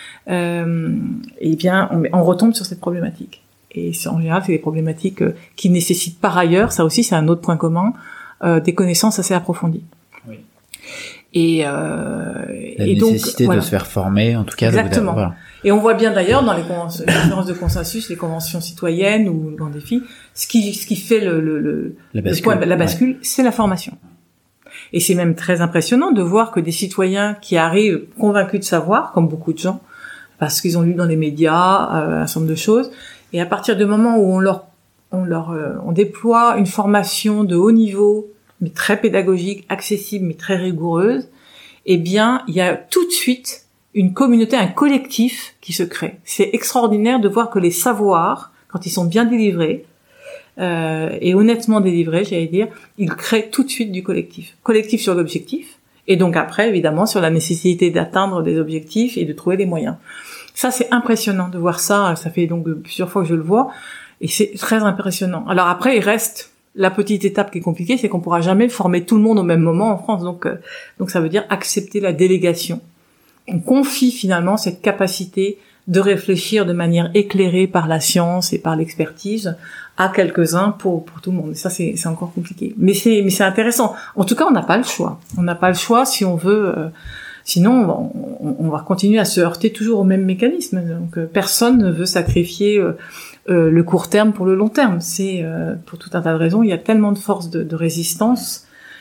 eh bien on retombe sur cette problématique. Et en général, c'est des problématiques qui nécessitent par ailleurs, ça aussi c'est un autre point commun, des connaissances assez approfondies. Oui. Et donc nécessité de se faire former, en tout cas. Exactement. Voilà. Et on voit bien d'ailleurs dans les conférences de consensus, les conventions citoyennes ou le Grand Défi, ce qui fait la bascule, c'est la formation. Et c'est même très impressionnant de voir que des citoyens qui arrivent convaincus de savoir, comme beaucoup de gens, parce qu'ils ont lu dans les médias un certain nombre de choses, et à partir du moment où on déploie une formation de haut niveau, mais très pédagogique, accessible, mais très rigoureuse, eh bien, il y a tout de suite une communauté, un collectif qui se crée. C'est extraordinaire de voir que les savoirs, quand ils sont bien délivrés, et honnêtement délivrés, j'allais dire, ils créent tout de suite du collectif. Collectif sur l'objectif, et donc après, évidemment, sur la nécessité d'atteindre des objectifs et de trouver les moyens. Ça, c'est impressionnant de voir ça. Ça fait donc plusieurs fois que je le vois, et c'est très impressionnant. Alors après, il reste la petite étape qui est compliquée, c'est qu'on pourra jamais former tout le monde au même moment en France. Donc ça veut dire accepter la délégation. On confie finalement cette capacité de réfléchir de manière éclairée par la science et par l'expertise à quelques-uns pour tout le monde. Et ça, c'est encore compliqué. Mais c'est intéressant. En tout cas, on n'a pas le choix. On n'a pas le choix si on veut. Sinon, on va continuer à se heurter toujours au même mécanisme. Donc personne ne veut sacrifier le court terme pour le long terme. C'est pour tout un tas de raisons. Il y a tellement de forces de résistance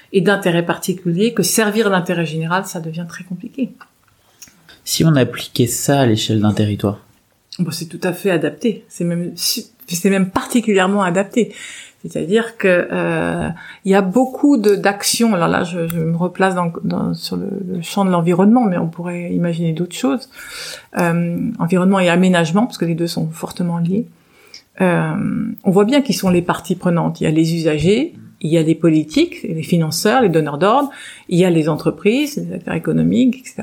et d'intérêt particulier que servir l'intérêt général, ça devient très compliqué. Si on appliquait ça à l'échelle d'un territoire? Bon, c'est tout à fait adapté. C'est même particulièrement adapté. C'est-à-dire que il y a beaucoup d'actions. Alors là, je me replace sur le champ de l'environnement, mais on pourrait imaginer d'autres choses. Environnement et aménagement, parce que les deux sont fortement liés. On voit bien qui sont les parties prenantes. Il y a les usagers, il y a les politiques, les financeurs, les donneurs d'ordre, il y a les entreprises, les acteurs économiques, etc.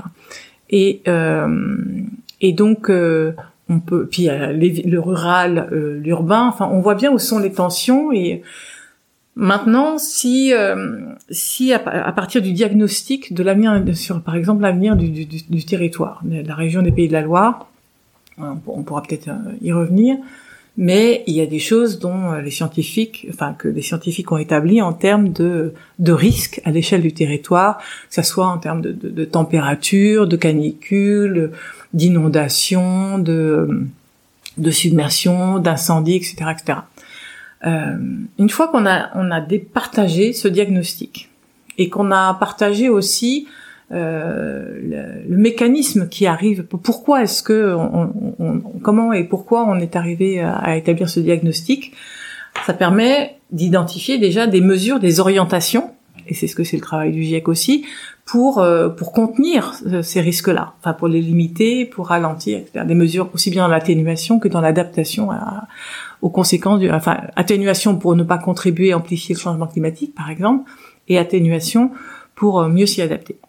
Et donc on peut, puis il y a le rural, l'urbain. Enfin, on voit bien où sont les tensions. Et maintenant, si à partir du diagnostic de l'avenir, sur par exemple l'avenir du territoire, de la région des Pays de la Loire, on pourra peut-être y revenir. Mais il y a des choses dont que les scientifiques ont établi en termes de risques à l'échelle du territoire, que ça soit en termes de température, de canicule, d'inondation, de submersion, d'incendie, etc., etc. Une fois qu'on a partagé ce diagnostic et qu'on a partagé aussi le mécanisme qui arrive, pourquoi est-ce que comment et pourquoi on est arrivé à établir ce diagnostic, ça permet d'identifier déjà des mesures, des orientations, et c'est ce que c'est le travail du GIEC aussi, pour contenir ces risques-là, enfin pour les limiter, pour ralentir, etc. Des mesures aussi bien dans l'atténuation que dans l'adaptation aux conséquences atténuation pour ne pas contribuer à amplifier le changement climatique, par exemple, et atténuation pour mieux s'y adapter.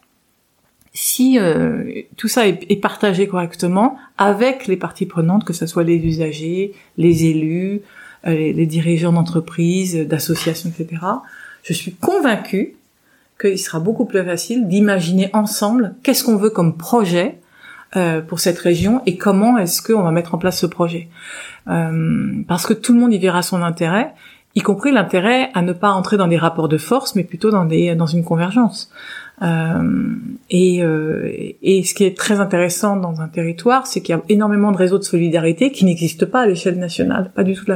Si tout ça est partagé correctement avec les parties prenantes, que ce soit les usagers, les élus, les dirigeants d'entreprises, d'associations, etc., je suis convaincue qu'il sera beaucoup plus facile d'imaginer ensemble qu'est-ce qu'on veut comme projet pour cette région et comment est-ce qu'on va mettre en place ce projet. Parce que tout le monde y verra son intérêt, y compris l'intérêt à ne pas entrer dans des rapports de force, mais plutôt dans une convergence. Et ce qui est très intéressant dans un territoire, c'est qu'il y a énormément de réseaux de solidarité qui n'existent pas à l'échelle nationale, pas du tout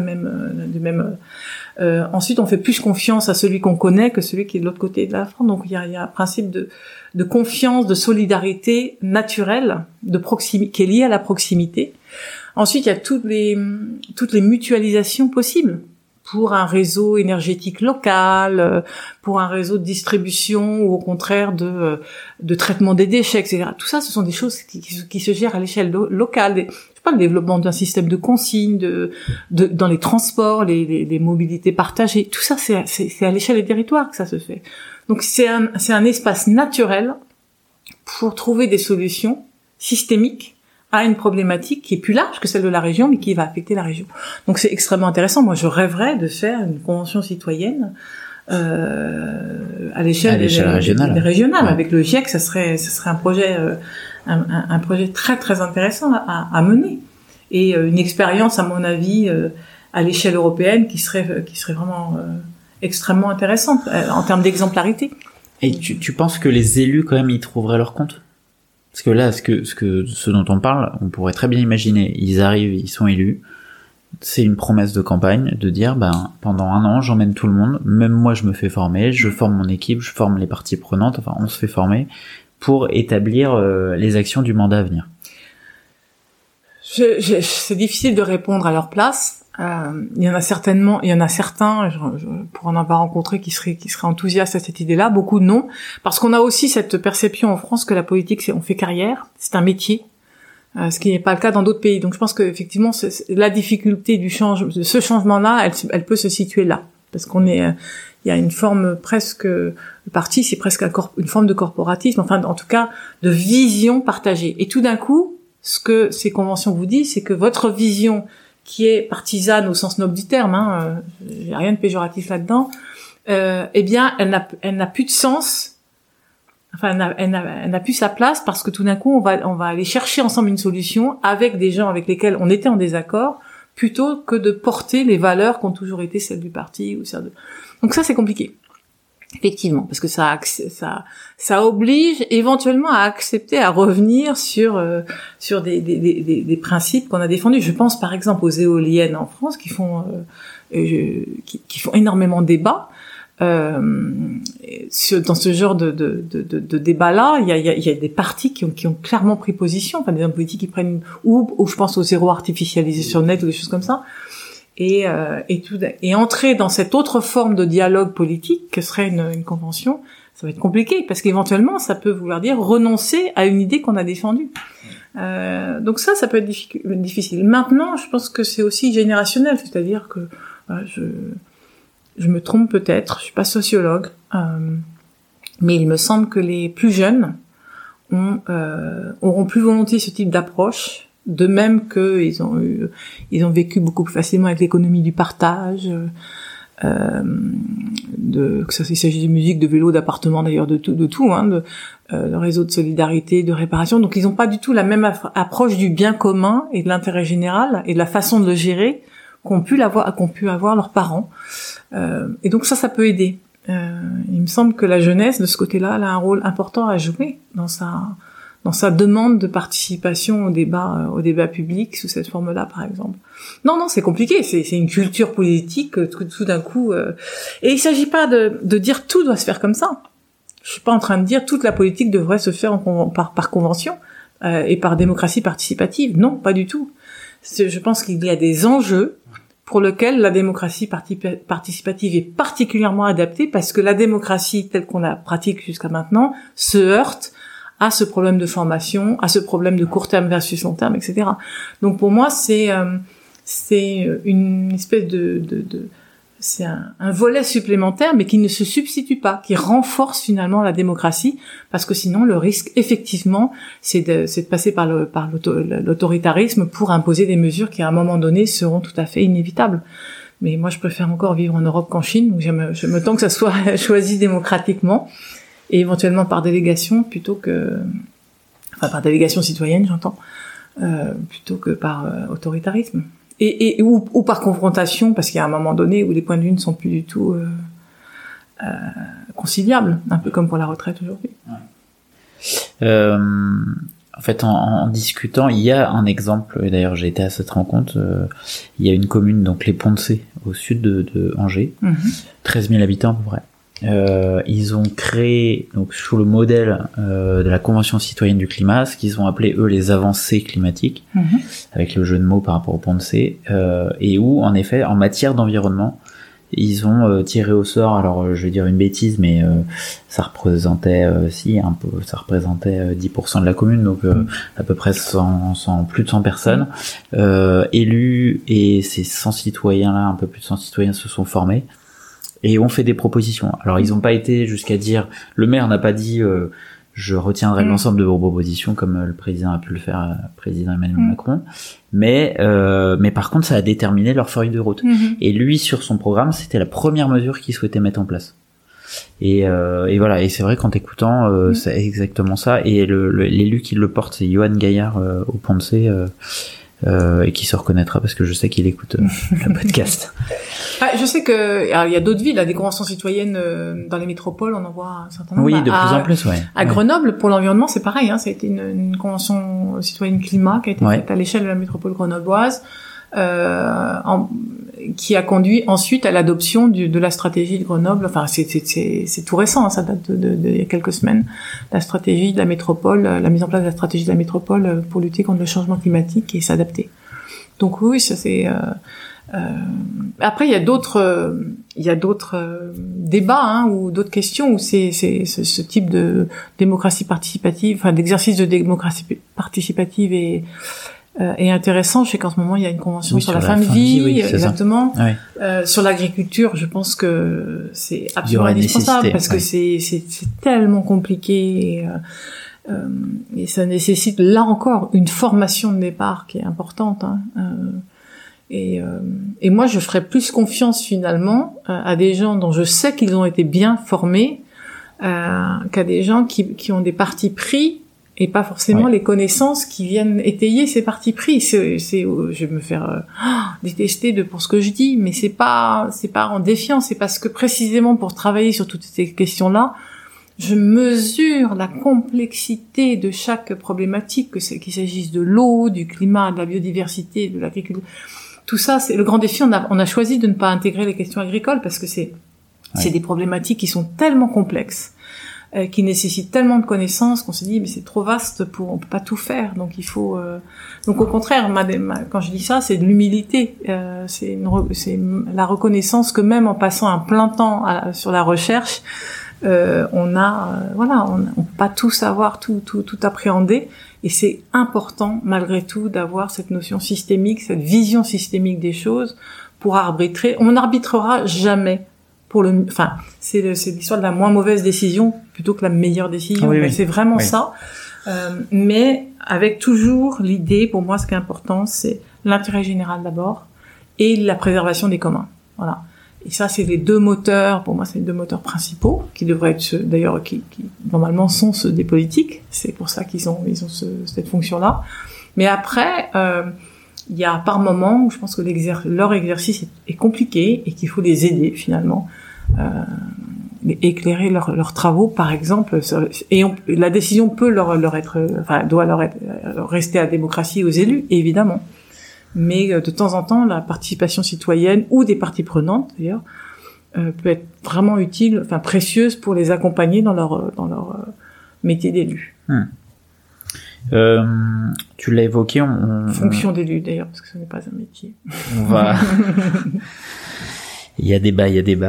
ensuite, on fait plus confiance à celui qu'on connaît que celui qui est de l'autre côté de la France. Donc, il y a un principe de confiance, de solidarité naturelle, de proximité, qui est lié à la proximité. Ensuite, il y a toutes les mutualisations possibles. Pour un réseau énergétique local, pour un réseau de distribution ou au contraire de traitement des déchets, etc. Tout ça, ce sont des choses qui se gèrent à l'échelle locale. Je sais pas, le développement d'un système de consigne, dans les transports, les mobilités partagées. Tout ça, c'est à l'échelle des territoires que ça se fait. Donc c'est un espace naturel pour trouver des solutions systémiques à une problématique qui est plus large que celle de la région, mais qui va affecter la région. Donc c'est extrêmement intéressant. Moi, je rêverais de faire une convention citoyenne à l'échelle régionale. Avec le GIEC, ça serait un projet très très intéressant à mener, et une expérience, à mon avis, à l'échelle européenne qui serait vraiment extrêmement intéressante en termes d'exemplarité. Et tu penses que les élus quand même y trouveraient leur compte? Parce que là, ce dont on parle, on pourrait très bien imaginer, ils arrivent, ils sont élus, c'est une promesse de campagne, de dire, pendant 1 an, j'emmène tout le monde, même moi je me fais former, je forme mon équipe, je forme les parties prenantes, enfin, on se fait former, pour établir les actions du mandat à venir. C'est difficile de répondre à leur place. Il y en a certains, pour en avoir rencontré, qui seraient enthousiastes à cette idée-là. Beaucoup non, parce qu'on a aussi cette perception en France que la politique, on fait carrière, c'est un métier, ce qui n'est pas le cas dans d'autres pays. Donc je pense que effectivement, la difficulté de ce changement-là, elle peut se situer là, parce il y a une forme presque, le parti, c'est presque une forme de corporatisme, enfin en tout cas de vision partagée. Et tout d'un coup, ce que ces conventions vous disent, c'est que votre vision, qui est partisane au sens noble du terme, il n'y a rien de péjoratif là-dedans, eh bien, elle n'a plus de sens, enfin, elle n'a plus sa place, parce que tout d'un coup, on va aller chercher ensemble une solution avec des gens avec lesquels on était en désaccord, plutôt que de porter les valeurs qui ont toujours été celles du parti ou celles de... Donc ça, c'est compliqué. Effectivement, parce que ça oblige éventuellement à accepter, à revenir sur des principes qu'on a défendus. Je pense par exemple aux éoliennes en France qui font énormément débat, dans ce genre de débat-là, il y a des partis qui ont clairement pris position, enfin des hommes politiques qui prennent, ou je pense au zéro artificialisation net ou des choses comme ça, et entrer dans cette autre forme de dialogue politique que serait une convention, ça va être compliqué parce qu'éventuellement ça peut vouloir dire renoncer à une idée qu'on a défendue. Donc ça peut être difficile. Maintenant, je pense que c'est aussi générationnel, c'est-à-dire que je me trompe peut-être, je suis pas sociologue, mais il me semble que les plus jeunes auront plus volontiers ce type d'approche, de même qu'ils ont vécu beaucoup plus facilement avec l'économie du partage, que ça, il s'agit de musique, de vélo, d'appartement d'ailleurs, de tout, de réseau de solidarité, de réparation. Donc ils n'ont pas du tout la même approche du bien commun et de l'intérêt général et de la façon de le gérer qu'ont pu avoir leurs parents. Et donc ça peut aider. Il me semble que la jeunesse, de ce côté-là, elle a un rôle important à jouer dans sa demande de participation au débat public sous cette forme-là, par exemple. Non, c'est compliqué. C'est une culture politique tout d'un coup. Et il s'agit pas de dire tout doit se faire comme ça. Je suis pas en train de dire toute la politique devrait se faire par convention et par démocratie participative. Non, pas du tout. Je pense qu'il y a des enjeux pour lesquels la démocratie participative est particulièrement adaptée parce que la démocratie telle qu'on la pratique jusqu'à maintenant se heurte à ce problème de formation, à ce problème de court terme versus long terme, etc. Donc pour moi, c'est une espèce c'est un volet supplémentaire, mais qui ne se substitue pas, qui renforce finalement la démocratie, parce que sinon le risque, effectivement, c'est de passer par l'autoritarisme pour imposer des mesures qui à un moment donné seront tout à fait inévitables. Mais moi, je préfère encore vivre en Europe qu'en Chine, où je me tends que ça soit choisi démocratiquement et éventuellement par délégation par délégation citoyenne, j'entends, plutôt que par autoritarisme. Ou par confrontation, parce qu'il y a un moment donné où les points de vue ne sont plus du tout conciliables, un peu comme pour la retraite aujourd'hui. En fait, en discutant, il y a un exemple, et d'ailleurs j'ai été à cette rencontre, il y a une commune, donc les Ponts-de-Cé, au sud de Angers, 13 000 habitants à peu près. Ils ont créé, donc sous le modèle de la Convention citoyenne du climat, ce qu'ils ont appelé eux les avancées climatiques, avec le jeu de mots par rapport au Ponts-de-Cé, et où en effet en matière d'environnement ils ont tiré au sort, alors je vais dire une bêtise, mais ça représentait ça représentait 10% de la commune, donc à peu près plus de 100 personnes élus, et ces 100 citoyens là, un peu plus de 100 citoyens se sont formés et ont fait des propositions. Alors ils n'ont pas été jusqu'à dire, le maire n'a pas dit je retiendrai l'ensemble de vos propositions comme le président a pu le faire, président Emmanuel Macron, mais par contre ça a déterminé leur feuille de route. Et lui, sur son programme, c'était la première mesure qu'il souhaitait mettre en place. Et voilà, et c'est vrai qu'en t'écoutant, c'est exactement ça. Et l'élu qui le porte, c'est Johan Gaillard au Ponts-de-Cé, et qui se reconnaîtra parce que je sais qu'il écoute le podcast. Je sais que il y a d'autres villes, des conventions citoyennes dans les métropoles, on en voit un certain nombre. Oui, de plus en plus, ouais. À Grenoble, pour l'environnement, c'est pareil. Ça a été une convention citoyenne climat qui a été faite à l'échelle de la métropole grenobloise, qui a conduit ensuite à l'adoption de la stratégie de Grenoble. Enfin, c'est tout récent, ça date il y a quelques semaines. La stratégie de la métropole, la mise en place de la stratégie de la métropole pour lutter contre le changement climatique et s'adapter. Donc oui, ça c'est. Après, il y a d'autres débats ou d'autres questions où c'est ce type de démocratie participative, enfin d'exercice de démocratie participative est intéressant. Je sais qu'en ce moment il y a une convention sur la fin de vie, exactement. Sur l'agriculture, je pense que c'est absolument indispensable parce que c'est tellement compliqué. Et ça nécessite là encore une formation de départ qui est importante. Et moi, je ferais plus confiance finalement à des gens dont je sais qu'ils ont été bien formés qu'à des gens qui ont des partis pris et pas forcément les connaissances qui viennent étayer ces partis pris. Je vais me faire détester pour ce que je dis, mais c'est pas en défiance, c'est parce que précisément pour travailler sur toutes ces questions-là, je mesure la complexité de chaque problématique, qu'il s'agisse de l'eau, du climat, de la biodiversité, de l'agriculture. Tout ça, c'est le grand défi. On a choisi de ne pas intégrer les questions agricoles parce que c'est C'est des problématiques qui sont tellement complexes, qui nécessitent tellement de connaissances qu'on se dit mais c'est trop vaste on peut pas tout faire. Donc il faut donc au contraire, quand je dis ça, c'est de l'humilité. C'est la reconnaissance que même en passant un plein temps sur la recherche, on peut pas tout savoir, tout appréhender. Et c'est important, malgré tout, d'avoir cette notion systémique, cette vision systémique des choses pour arbitrer. On n'arbitrera jamais c'est l'histoire de la moins mauvaise décision plutôt que la meilleure décision. Oui. C'est vraiment ça. Mais avec toujours l'idée, pour moi, ce qui est important, c'est l'intérêt général d'abord et la préservation des communs. Voilà. Et ça, c'est les deux moteurs, pour moi, c'est les deux moteurs principaux, qui devraient être ceux, d'ailleurs, qui normalement sont ceux des politiques. C'est pour ça qu'ils ont cette fonction-là. Mais après, il y a par moments où je pense que leur exercice est compliqué et qu'il faut les aider, finalement, éclairer leurs travaux, par exemple. Et la décision peut doit leur être, rester à la démocratie et aux élus, évidemment. Mais de temps en temps, la participation citoyenne ou des parties prenantes d'ailleurs peut être vraiment utile, précieuse pour les accompagner dans leur métier d'élu. Tu l'as évoqué, fonction d'élu d'ailleurs, parce que ce n'est pas un métier. On va. Il y a débat.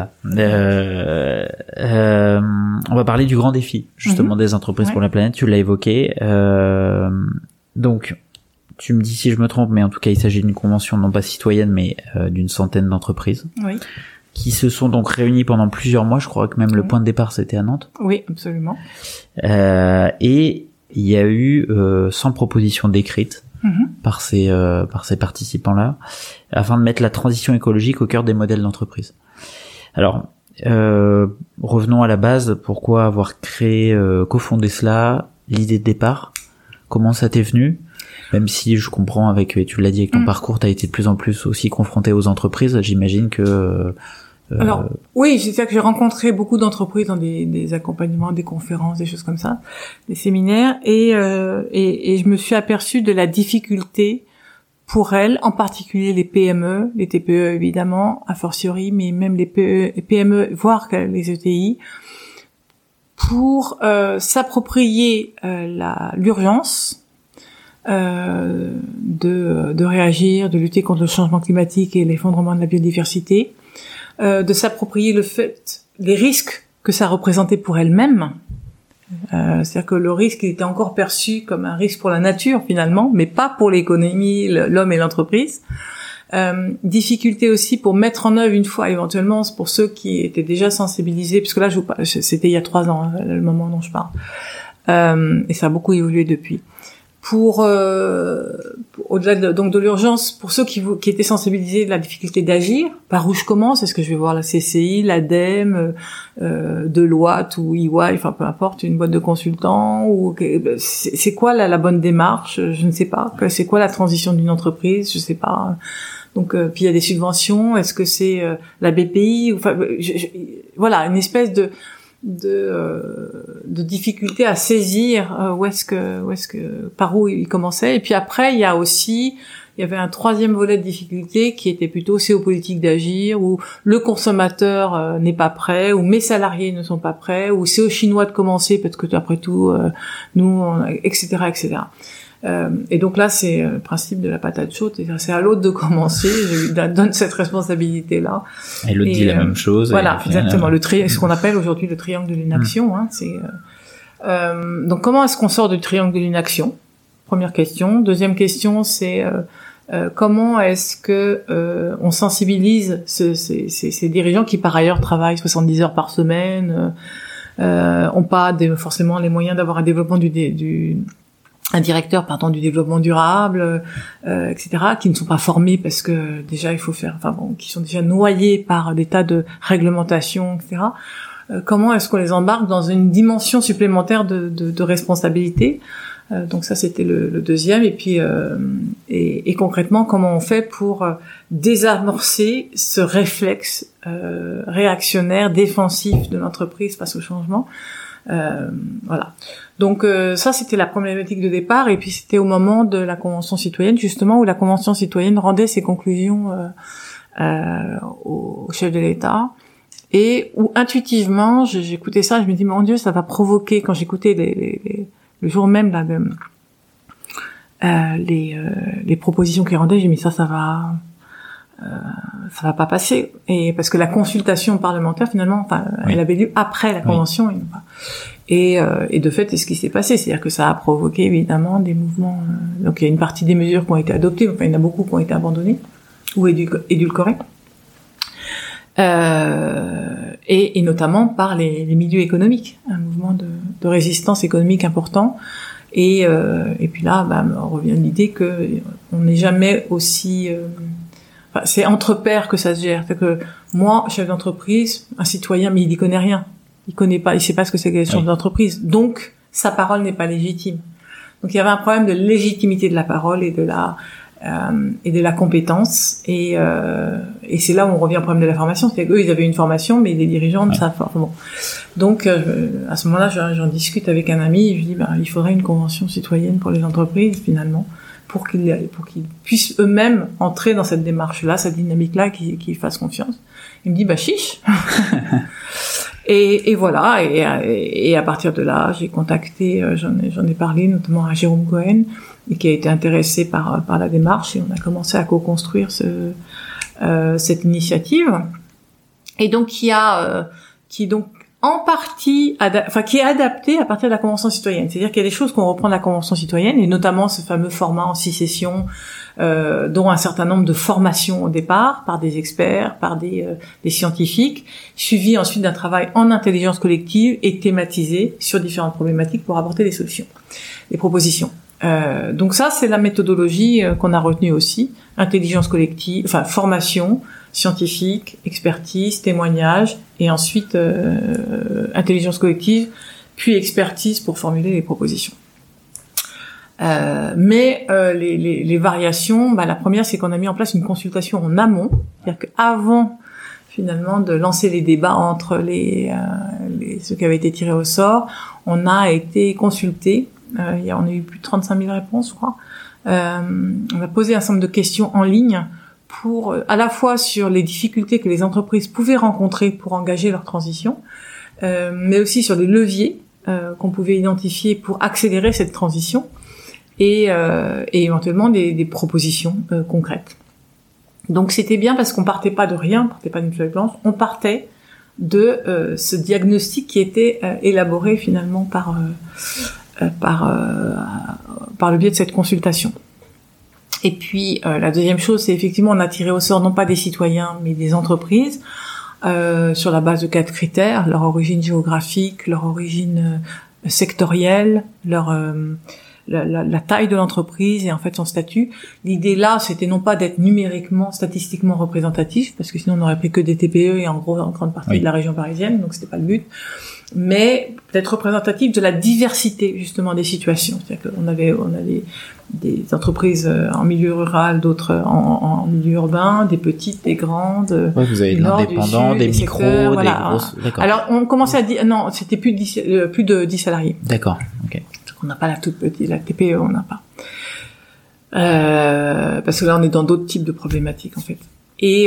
On va parler du grand défi justement des entreprises pour la planète. Tu l'as évoqué. Donc. Tu me dis si je me trompe, mais en tout cas, il s'agit d'une convention non pas citoyenne, mais d'une centaine d'entreprises qui se sont donc réunies pendant plusieurs mois. Je crois que même le point de départ, c'était à Nantes. Oui, absolument. Et il y a eu 100 propositions décrites par ces participants-là, afin de mettre la transition écologique au cœur des modèles d'entreprise. Alors, revenons à la base. Pourquoi avoir cofondé cela, l'idée de départ? Comment ça t'est venu? Même si je comprends et tu l'as dit avec ton parcours, t'as été de plus en plus aussi confronté aux entreprises, j'imagine que... Alors, oui, c'est-à-dire que j'ai rencontré beaucoup d'entreprises dans des accompagnements, des conférences, des choses comme ça, des séminaires, et je me suis aperçue de la difficulté pour elles, en particulier les PME, les TPE évidemment, a fortiori, mais même les PME, voire les ETI, pour s'approprier l'urgence, de réagir, de lutter contre le changement climatique et l'effondrement de la biodiversité, de s'approprier les risques que ça représentait pour elle-même. C'est-à-dire que le risque était encore perçu comme un risque pour la nature finalement, mais pas pour l'économie, l'homme et l'entreprise. Difficulté aussi pour mettre en œuvre une fois éventuellement pour ceux qui étaient déjà sensibilisés, puisque là c'était il y a 3 ans, le moment dont je parle, et ça a beaucoup évolué depuis. Pour au-delà de l'urgence, pour ceux qui étaient sensibilisés de la difficulté d'agir, par où je commence? Est-ce que je vais voir la CCI, l'ADEME, Deloitte ou EY, peu importe, une boîte de consultants, ou c'est quoi la bonne démarche? Je ne sais pas. C'est quoi la transition d'une entreprise? Je sais pas. Donc puis il y a des subventions. Est-ce que c'est la BPI? Voilà, une espèce de difficulté à saisir par où il commençait. Et puis après, il y avait un troisième volet de difficulté qui était plutôt c'est aux politiques d'agir, où le consommateur n'est pas prêt, où mes salariés ne sont pas prêts, ou c'est aux Chinois de commencer parce que après tout etc. Et donc là, c'est le principe de la patate chaude, c'est à l'autre de commencer. Je lui donne cette responsabilité-là. Et l'autre dit la même chose. Voilà, exactement. Ce qu'on appelle aujourd'hui le triangle de l'inaction. Donc comment est-ce qu'on sort du triangle de l'inaction? Première question. Deuxième question, c'est comment est-ce que on sensibilise ces dirigeants qui par ailleurs travaillent 70 heures par semaine, ont pas forcément les moyens d'avoir un développement un directeur du développement durable, etc., qui ne sont pas formés parce que déjà il faut qui sont déjà noyés par des tas de réglementations, etc. Comment est-ce qu'on les embarque dans une dimension supplémentaire de responsabilité? Donc ça c'était le deuxième. Et puis et concrètement comment on fait pour désamorcer ce réflexe réactionnaire, défensif de l'entreprise face au changement? Voilà. Donc ça c'était la problématique de départ, et puis c'était au moment de la Convention citoyenne justement, où la Convention citoyenne rendait ses conclusions au chef de l'État, et où intuitivement j'écoutais ça, je me dis mon Dieu, ça va provoquer, quand j'écoutais le jour même là les propositions qu'ils rendaient, j'ai mis ça va pas passer, et parce que la consultation parlementaire finalement, elle avait lieu après la convention, et de fait c'est ce qui s'est passé, c'est-à-dire que ça a provoqué évidemment des mouvements, donc il y a une partie des mesures qui ont été adoptées, il y en a beaucoup qui ont été abandonnées ou édulcorées, et notamment par les milieux économiques, un mouvement de résistance économique important. Et puis là, on revient à l'idée que on n'est jamais aussi... c'est entre pairs que ça se gère. C'est que moi, chef d'entreprise, un citoyen, mais il y connaît rien. Il sait pas ce que c'est que la gestion d'entreprise. Donc, sa parole n'est pas légitime. Donc, il y avait un problème de légitimité de la parole et de la compétence. Et c'est là où on revient au problème de la formation. C'est-à-dire qu'eux, ils avaient une formation, mais les dirigeants ne savent pas. Bon. Donc, à ce moment-là, j'en discute avec un ami et je lui dis, il faudrait une convention citoyenne pour les entreprises, finalement, pour qu'ils puissent eux-mêmes entrer dans cette démarche-là, cette dynamique-là, qu'ils fassent confiance. Il me dit, chiche. Et voilà. Et à partir de là, j'ai contacté, j'en ai parlé notamment à Jérôme Cohen, et qui a été intéressé par la démarche, et on a commencé à co-construire cette initiative, et donc qui est donc en partie qui est adaptée à partir de la Convention citoyenne. C'est-à-dire qu'il y a des choses qu'on reprend de la Convention citoyenne, et notamment ce fameux format en 6 sessions, dont un certain nombre de formations au départ par des experts, par des scientifiques, suivi ensuite d'un travail en intelligence collective et thématisé sur différentes problématiques pour apporter des solutions, des propositions. Donc ça, c'est la méthodologie qu'on a retenue aussi. Intelligence collective, formation scientifique, expertise, témoignage, et ensuite intelligence collective, puis expertise pour formuler les propositions. Mais les variations, la première, c'est qu'on a mis en place une consultation en amont, c'est-à-dire qu'avant finalement de lancer les débats entre ceux qui avaient été tirés au sort, on a été consulté. On a eu plus de 35 000 réponses, je crois. On a posé un certain nombre de questions en ligne pour, à la fois sur les difficultés que les entreprises pouvaient rencontrer pour engager leur transition, mais aussi sur les leviers qu'on pouvait identifier pour accélérer cette transition, et éventuellement des propositions concrètes. Donc c'était bien parce qu'on partait pas de rien, on partait pas d'une feuille blanche, on partait de ce diagnostic qui était élaboré finalement par le biais de cette consultation. Et puis la deuxième chose, c'est effectivement on a tiré au sort non pas des citoyens mais des entreprises sur la base de 4 critères: leur origine géographique, leur origine sectorielle, la taille de l'entreprise et en fait son statut. L'idée là, c'était non pas d'être statistiquement représentatif, parce que sinon on n'aurait pris que des TPE et en grande partie de la région parisienne, donc c'était pas le but, mais d'être représentatif de la diversité justement des situations. C'est-à-dire qu'on a des entreprises en milieu rural, d'autres en milieu urbain, des petites, des grandes. Ouais, vous avez de l'indépendant, des micros, secteurs, des grosses. D'accord. Alors on commençait à dire non, c'était plus de 10 salariés. D'accord. Ok. On n'a pas la toute petite, la TPE, on n'a pas. Parce que là, on est dans d'autres types de problématiques, en fait. Et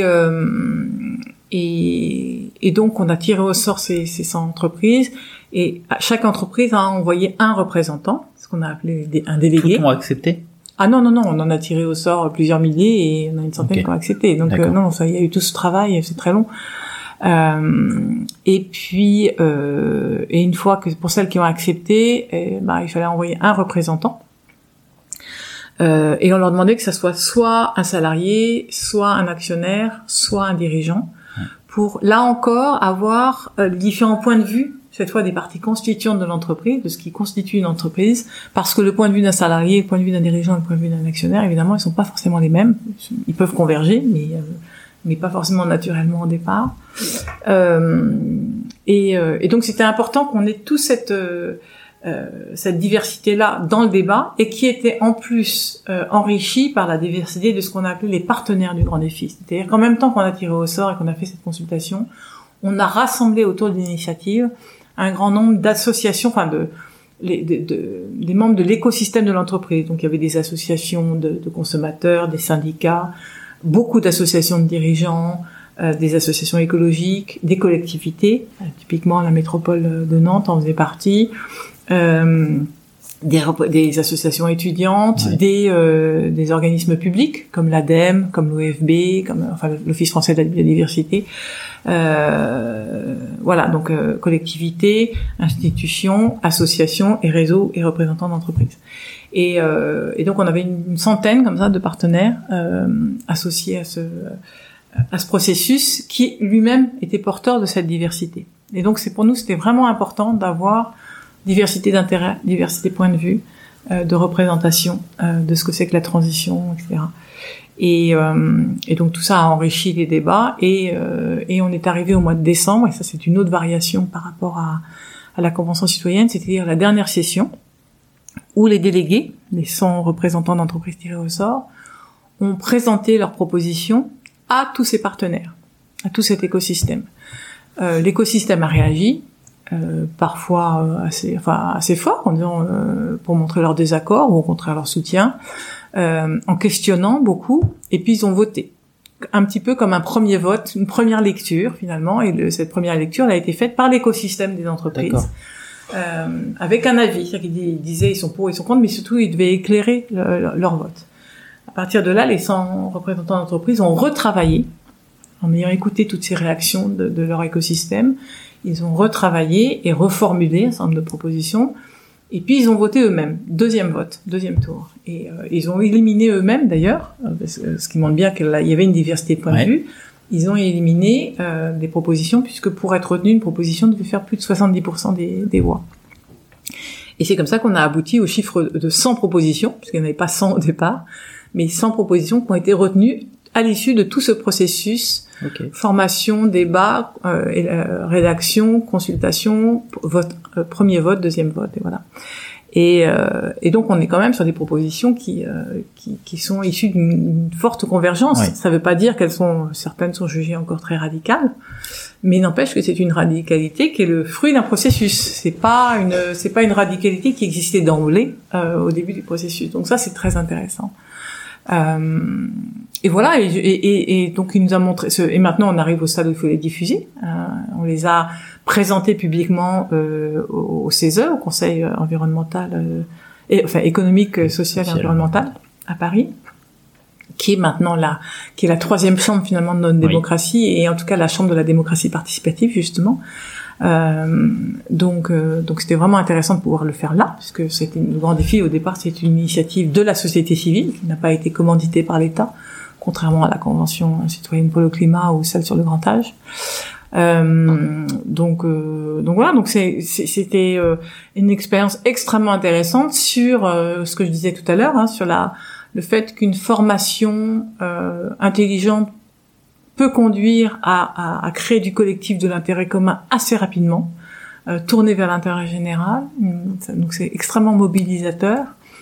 donc, on a tiré au sort ces 100 entreprises, et chaque entreprise a envoyé un représentant, ce qu'on a appelé un délégué. Toutes ont accepté? Ah non, on en a tiré au sort plusieurs milliers, et on a une centaine qui ont accepté. Donc, non, ça, il y a eu tout ce travail, c'est très long. Et puis et une fois que pour celles qui ont accepté, il fallait envoyer un représentant, et on leur demandait que ça soit un salarié, soit un actionnaire, soit un dirigeant, pour là encore avoir différents points de vue, cette fois des parties constituantes de l'entreprise, de ce qui constitue une entreprise, parce que le point de vue d'un salarié, le point de vue d'un dirigeant, le point de vue d'un actionnaire, évidemment, ils sont pas forcément les mêmes. Ils peuvent converger, mais pas forcément naturellement au départ. Et donc c'était important qu'on ait toute cette diversité-là dans le débat, et qui était en plus enrichie par la diversité de ce qu'on a appelé les partenaires du grand défi. C'est-à-dire qu'en même temps qu'on a tiré au sort et qu'on a fait cette consultation, on a rassemblé autour de l'initiative un grand nombre d'associations, des membres de l'écosystème de l'entreprise. Donc il y avait des associations de consommateurs, des syndicats, beaucoup d'associations de dirigeants, des associations écologiques, des collectivités, typiquement la métropole de Nantes en faisait partie, des associations étudiantes, des organismes publics comme l'ADEME, comme l'OFB, comme l'Office français de la biodiversité. Voilà, donc collectivités, institutions, associations et réseaux et représentants d'entreprises. Et donc on avait une centaine comme ça de partenaires associés à ce processus qui lui-même était porteur de cette diversité. Et donc pour nous c'était vraiment important d'avoir diversité d'intérêts, diversité de points de vue, de représentation de ce que c'est que la transition, etc. Et donc tout ça a enrichi les débats et on est arrivé au mois de décembre, et ça c'est une autre variation par rapport à la Convention citoyenne, c'est-à-dire la dernière session où les délégués, les 100 représentants d'entreprises tirés au sort, ont présenté leurs propositions à tous ces partenaires, à tout cet écosystème. L'écosystème a réagi, parfois assez fort, en disant pour montrer leur désaccord ou au contraire leur soutien, en questionnant beaucoup, et puis ils ont voté. Un petit peu comme un premier vote, une première lecture finalement, et cette première lecture elle a été faite par l'écosystème des entreprises. Avec un avis, c'est-à-dire qu'ils disaient ils sont pour, ils sont contre, mais surtout ils devaient éclairer leur vote. À partir de là, les 100 représentants d'entreprises ont retravaillé, en ayant écouté toutes ces réactions de leur écosystème, ils ont retravaillé et reformulé un certain nombre de propositions, et puis ils ont voté eux-mêmes, deuxième tour. Et ils ont éliminé eux-mêmes d'ailleurs, ce qui montre bien qu'il y avait une diversité de points de vue, ils ont éliminé des propositions, puisque pour être retenu, une proposition devait faire plus de 70% des voix. Et c'est comme ça qu'on a abouti au chiffre de 100 propositions, parce qu'il n'y en avait pas 100 au départ, mais 100 propositions qui ont été retenues à l'issue de tout ce processus, formation, débat, rédaction, consultation, vote, premier vote, deuxième vote, et voilà. Et donc on est quand même sur des propositions qui sont issues d'une forte convergence. Ouais. Ça veut pas dire certaines sont jugées encore très radicales, mais n'empêche que c'est une radicalité qui est le fruit d'un processus. C'est pas une radicalité qui existait d'emblée au début du processus. Donc ça c'est très intéressant. Et voilà, et donc il nous a montré et maintenant on arrive au stade où il faut les diffuser. On les a présentés publiquement au CESE, au Conseil environnemental économique, social et environnemental à Paris, qui est maintenant qui est la troisième chambre finalement de notre démocratie, et en tout cas la chambre de la démocratie participative justement. Donc c'était vraiment intéressant de pouvoir le faire là, puisque c'était le grand défi au départ, c'est une initiative de la société civile qui n'a pas été commanditée par l'État, contrairement à la Convention citoyenne pour le climat ou celle sur le grand âge. Donc voilà, donc c'était une expérience extrêmement intéressante sur ce que je disais tout à l'heure, sur le fait qu'une formation intelligente peut conduire à créer du collectif de l'intérêt commun assez rapidement, tourner vers l'intérêt général. Donc c'est extrêmement mobilisateur.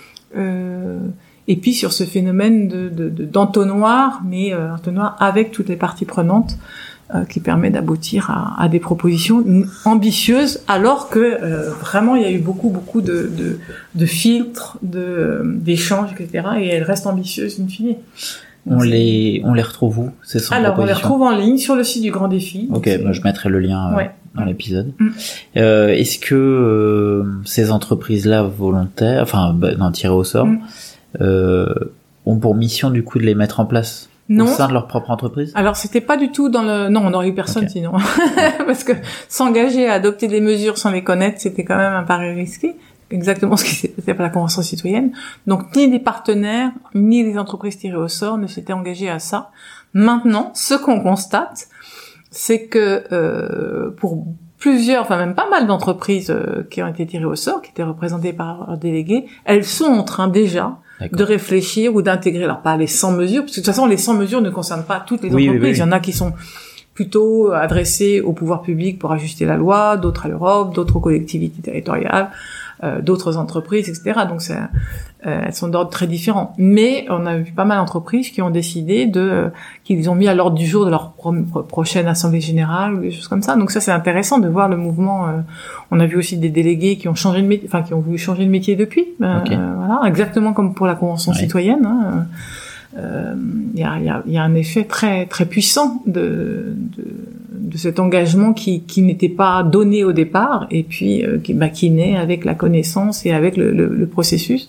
Et puis sur ce phénomène d'entonnoir, mais entonnoir avec toutes les parties prenantes, qui permet d'aboutir à des propositions ambitieuses, alors que vraiment il y a eu beaucoup de filtres, d'échanges, etc. Et elles restent ambitieuses in fine. On les retrouve où, ces 100 propositions ? On les retrouve en ligne sur le site du Grand Défi. Ok, je mettrai le lien dans l'épisode. Est-ce que ces entreprises-là volontaires, tirées au sort, ont pour mission du coup de les mettre en place au sein de leur propre entreprise ? Alors c'était pas du tout non, on n'aurait eu personne sinon. Parce que s'engager à adopter des mesures sans les connaître, c'était quand même un pari risqué. Exactement ce qui s'est passé par la Convention citoyenne. Donc ni les partenaires, ni les entreprises tirées au sort ne s'étaient engagés à ça. Maintenant, ce qu'on constate, c'est que pour plusieurs, même pas mal d'entreprises qui ont été tirées au sort, qui étaient représentées par leurs délégués, elles sont en train déjà de réfléchir ou d'intégrer, alors pas les 100 mesures, parce que de toute façon les 100 mesures ne concernent pas toutes les entreprises. Oui. Il y en a qui sont plutôt adressées au pouvoir public pour ajuster la loi, d'autres à l'Europe, d'autres aux collectivités territoriales, d'autres entreprises, etc. Donc elles sont d'ordre très différent. Mais on a vu pas mal d'entreprises qui ont décidé qu'ils ont mis à l'ordre du jour de leur prochaine assemblée générale ou des choses comme ça. Donc ça c'est intéressant de voir le mouvement. On a vu aussi des délégués qui ont changé de métier, qui ont voulu changer de métier depuis. Voilà, exactement comme pour la Convention citoyenne. il y a un effet très très puissant de cet engagement qui n'était pas donné au départ et puis qui naît avec la connaissance et avec le processus.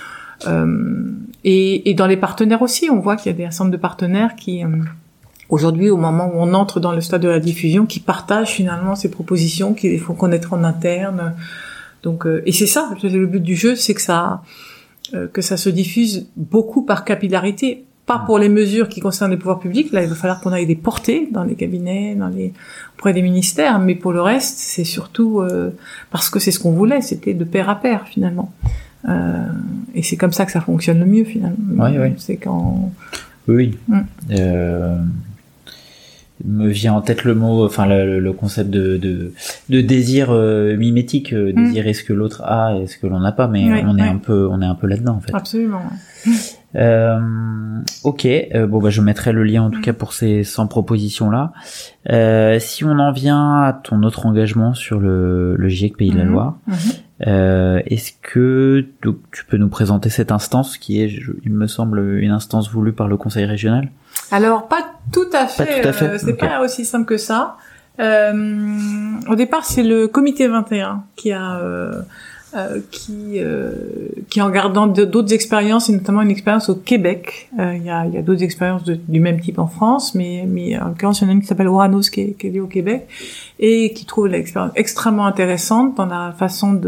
Et dans les partenaires aussi, on voit qu'il y a des ensembles de partenaires qui aujourd'hui, au moment où on entre dans le stade de la diffusion, qui partagent finalement ces propositions, qui les font connaître en interne. Donc, et c'est ça, le but du jeu, c'est que ça se diffuse beaucoup par capillarité, pas pour les mesures qui concernent les pouvoirs publics. Là, il va falloir qu'on aille les porter dans les cabinets, auprès des ministères, mais pour le reste, c'est surtout parce que c'est ce qu'on voulait, c'était de pair à pair finalement. Et c'est comme ça que ça fonctionne le mieux finalement. Oui. C'est quand. Oui. Me vient en tête le mot, enfin le concept de désir mimétique, désirer ce que l'autre a et ce que l'on n'a pas, mais on est un peu là-dedans en fait. Absolument. Ok, je mettrai le lien en tout cas pour ces 100 propositions là. Si on en vient à ton autre engagement sur le GIEC Pays de la Loire, est-ce que tu peux nous présenter cette instance qui est, il me semble, une instance voulue par le Conseil régional? Alors pas tout à fait. C'est okay. Pas aussi simple que ça. Au départ, c'est le comité 21 qui en gardant d'autres expériences, et notamment une expérience au Québec. Il y a d'autres expériences du même type en France, mais en l'occurrence, il y en a une qui s'appelle Oranos qui est liée au Québec et qui trouve l'expérience extrêmement intéressante dans la façon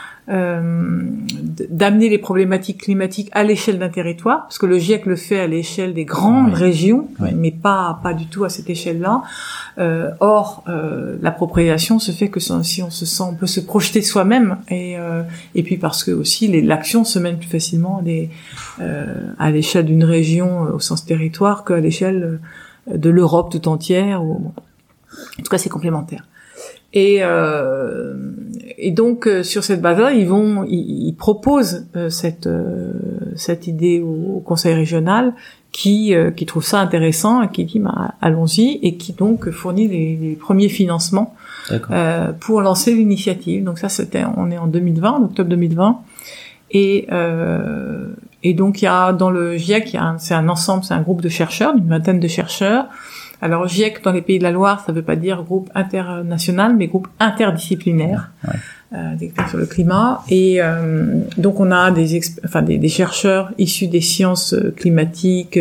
d'amener les problématiques climatiques à l'échelle d'un territoire, parce que le GIEC le fait à l'échelle des grandes régions, mais pas du tout à cette échelle-là. Or, l'appropriation se fait que si on se sent, on peut se projeter soi-même, et puis parce que aussi l'action se mène plus facilement à l'échelle d'une région au sens territoire qu'à l'échelle de l'Europe tout entière. En tout cas, c'est complémentaire. Et donc sur cette base-là, ils proposent cette idée au Conseil régional qui trouve ça intéressant et qui dit allons-y, et qui donc fournit les premiers financements pour lancer l'initiative. Donc ça on est en 2020, en octobre 2020, et donc il y a dans le GIEC, c'est un ensemble, c'est un groupe de chercheurs, d'une vingtaine de chercheurs. Alors GIEC dans les Pays de la Loire, ça veut pas dire groupe international, mais groupe interdisciplinaire, d'experts sur le climat. Et donc on a des chercheurs issus des sciences climatiques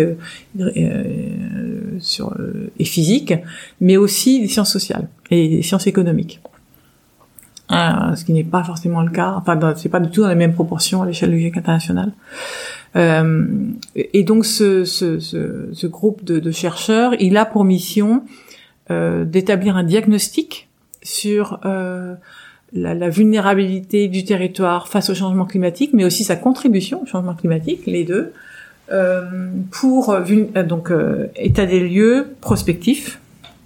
et physiques, mais aussi des sciences sociales et des sciences économiques. Ce qui n'est pas forcément le cas. Enfin, c'est pas du tout dans les mêmes proportions à l'échelle du GIEC international. Et donc ce groupe de chercheurs, il a pour mission d'établir un diagnostic sur la vulnérabilité du territoire face au changement climatique, mais aussi sa contribution au changement climatique, les deux, pour état des lieux prospectif,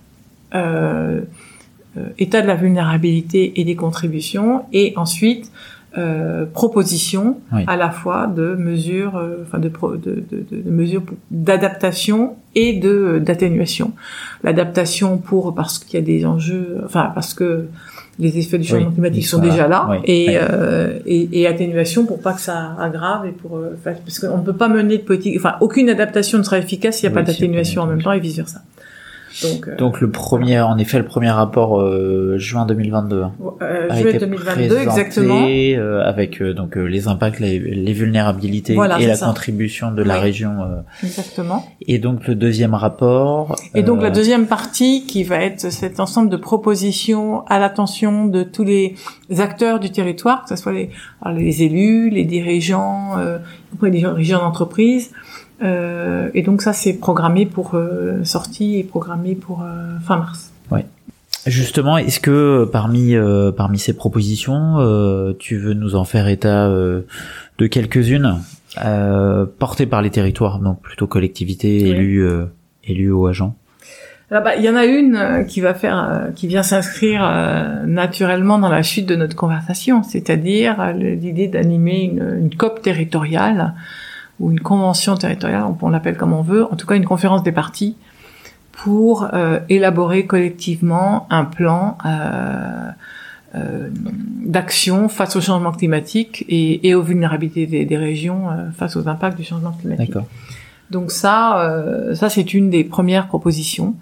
état de la vulnérabilité et des contributions, et ensuite proposition à la fois de mesures, de mesures d'adaptation et d'atténuation. L'adaptation parce qu'il y a des enjeux, parce que les effets du changement climatique sont déjà là, et atténuation pour pas que ça aggrave et parce qu'on ne peut pas mener de politique, aucune adaptation ne sera efficace s'il n'y a pas d'atténuation en même temps et vice versa. Donc le premier rapport juin 2022 juillet 2022 exactement, avec les impacts, les vulnérabilités et la contribution de la région. Exactement. Et donc le deuxième rapport. Et donc la deuxième partie qui va être cet ensemble de propositions à l'attention de tous les acteurs du territoire, que ce soit les élus, les dirigeants, les dirigeants d'entreprise. Et donc ça c'est programmé pour sortie et programmé pour fin mars. Ouais. Justement, est-ce que parmi ces propositions, tu veux nous en faire état de quelques-unes portées par les territoires, donc plutôt collectivités, élus ou agents? Il y en a une qui vient s'inscrire naturellement dans la suite de notre conversation, c'est-à-dire l'idée d'animer une COP territoriale ou une convention territoriale, on l'appelle comme on veut, en tout cas une conférence des parties, pour élaborer collectivement un plan d'action face au changement climatique et aux vulnérabilités des régions face aux impacts du changement climatique. D'accord. Donc ça c'est une des premières propositions.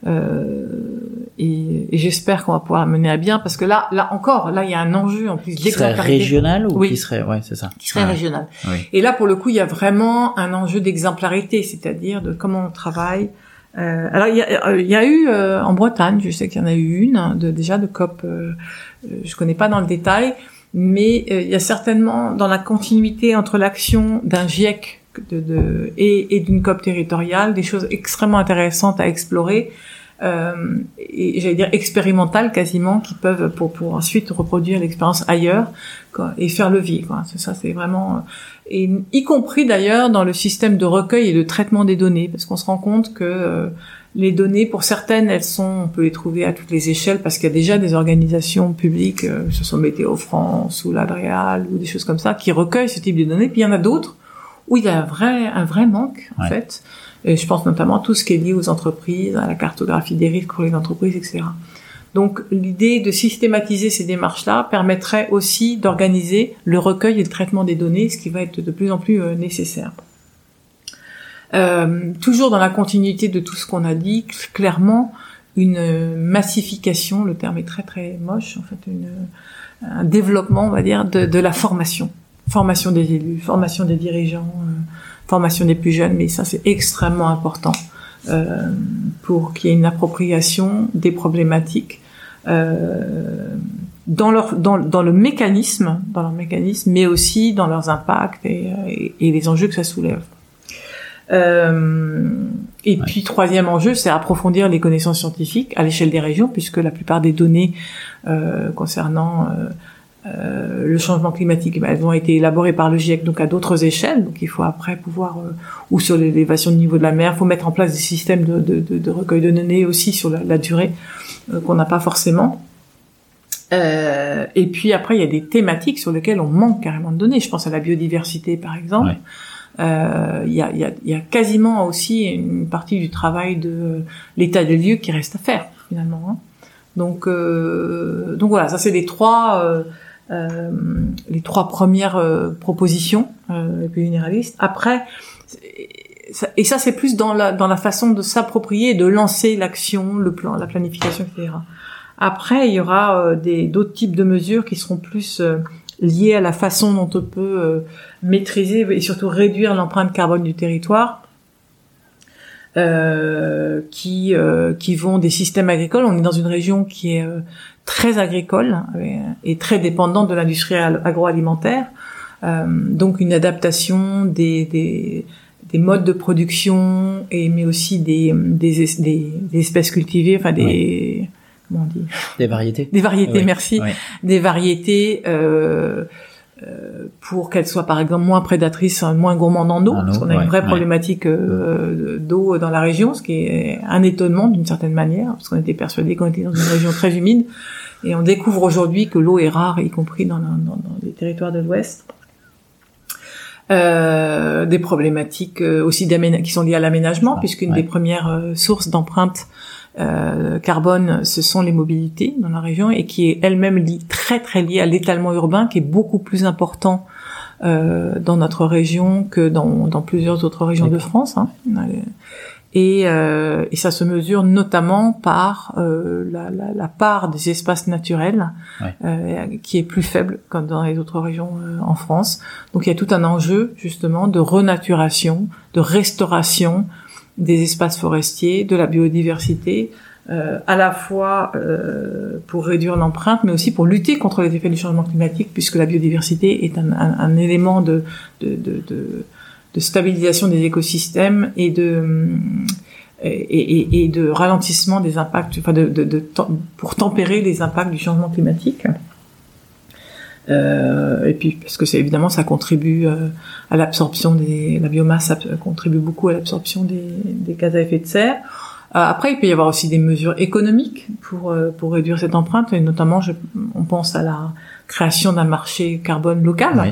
Et j'espère qu'on va pouvoir la mener à bien, parce que là encore, il y a un enjeu en plus d'exemplarité. Qui serait régional ou oui. Qui serait, ouais, c'est ça. Qui serait régional. Oui. Et là, pour le coup, il y a vraiment un enjeu d'exemplarité, c'est-à-dire de comment on travaille. Alors, il y a eu en Bretagne, je sais qu'il y en a eu une déjà de COP. Je connais pas dans le détail, mais il y a certainement dans la continuité entre l'action d'un GIEC et d'une COP territoriale des choses extrêmement intéressantes à explorer. Et j'allais dire expérimentales quasiment, qui peuvent pour ensuite reproduire l'expérience ailleurs, quoi, et faire levier, quoi. Ça c'est vraiment, et y compris d'ailleurs dans le système de recueil et de traitement des données, parce qu'on se rend compte que les données, pour certaines, on peut les trouver à toutes les échelles, parce qu'il y a déjà des organisations publiques, que ce soit Météo France ou l'Adréal ou des choses comme ça, qui recueillent ce type de données. Puis il y en a d'autres où il y a un vrai manque, en fait. Et je pense notamment à tout ce qui est lié aux entreprises, à la cartographie des risques pour les entreprises, etc. Donc, l'idée de systématiser ces démarches-là permettrait aussi d'organiser le recueil et le traitement des données, ce qui va être de plus en plus nécessaire. Toujours dans la continuité de tout ce qu'on a dit, clairement, une massification, le terme est très très moche, en fait, un développement, on va dire, de la formation. Formation des élus, formation des dirigeants, formation des plus jeunes, mais ça c'est extrêmement important pour qu'il y ait une appropriation des problématiques dans leur mécanisme, mais aussi dans leurs impacts et les enjeux que ça soulève. Et puis troisième enjeu, c'est approfondir les connaissances scientifiques à l'échelle des régions, puisque la plupart des données concernant le changement climatique, elles ont été élaborées par le GIEC, donc à d'autres échelles. Donc il faut après pouvoir, ou sur l'élévation du niveau de la mer, il faut mettre en place des systèmes de recueil de données aussi sur la durée qu'on n'a pas forcément. Et puis après, il y a des thématiques sur lesquelles on manque carrément de données. Je pense à la biodiversité, par exemple. Il y a quasiment aussi une partie du travail de l'état des lieux qui reste à faire finalement. Hein. Donc voilà, ça c'est les trois premières propositions les plus généralistes. Après, et ça c'est plus dans la façon de s'approprier et de lancer l'action, le plan, la planification, etc. Après, il y aura d'autres types de mesures qui seront plus liées à la façon dont on peut maîtriser et surtout réduire l'empreinte carbone du territoire, qui vont des systèmes agricoles. On est dans une région qui est très agricole et très dépendante de l'industrie agroalimentaire, donc une adaptation des modes de production mais aussi des espèces cultivées, enfin comment on dit, des variétés, oui. Merci, oui. Des variétés pour qu'elles soient par exemple moins prédatrices, moins gourmandes en eau, parce qu'on a une vraie problématique d'eau dans la région, ce qui est un étonnement d'une certaine manière, parce qu'on était persuadé qu'on était dans une région très humide, et on découvre aujourd'hui que l'eau est rare, y compris dans les territoires de l'Ouest. Des problématiques aussi qui sont liées à l'aménagement, puisqu'une des premières sources d'empreintes carbone, ce sont les mobilités dans la région, et qui est elle-même très très liée à l'étalement urbain, qui est beaucoup plus important dans notre région que dans plusieurs autres régions de France. Hein. Et ça se mesure notamment par la part des espaces naturels qui est plus faible que dans les autres régions en France. Donc il y a tout un enjeu justement de renaturation, de restauration des espaces forestiers, de la biodiversité, à la fois pour réduire l'empreinte, mais aussi pour lutter contre les effets du changement climatique, puisque la biodiversité est un élément de stabilisation des écosystèmes et de ralentissement des impacts, enfin pour tempérer les impacts du changement climatique. Et puis parce que ça contribue à l'absorption la biomasse contribue beaucoup à l'absorption des gaz à effet de serre. Après, il peut y avoir aussi des mesures économiques pour réduire cette empreinte, et notamment on pense à la création d'un marché carbone local.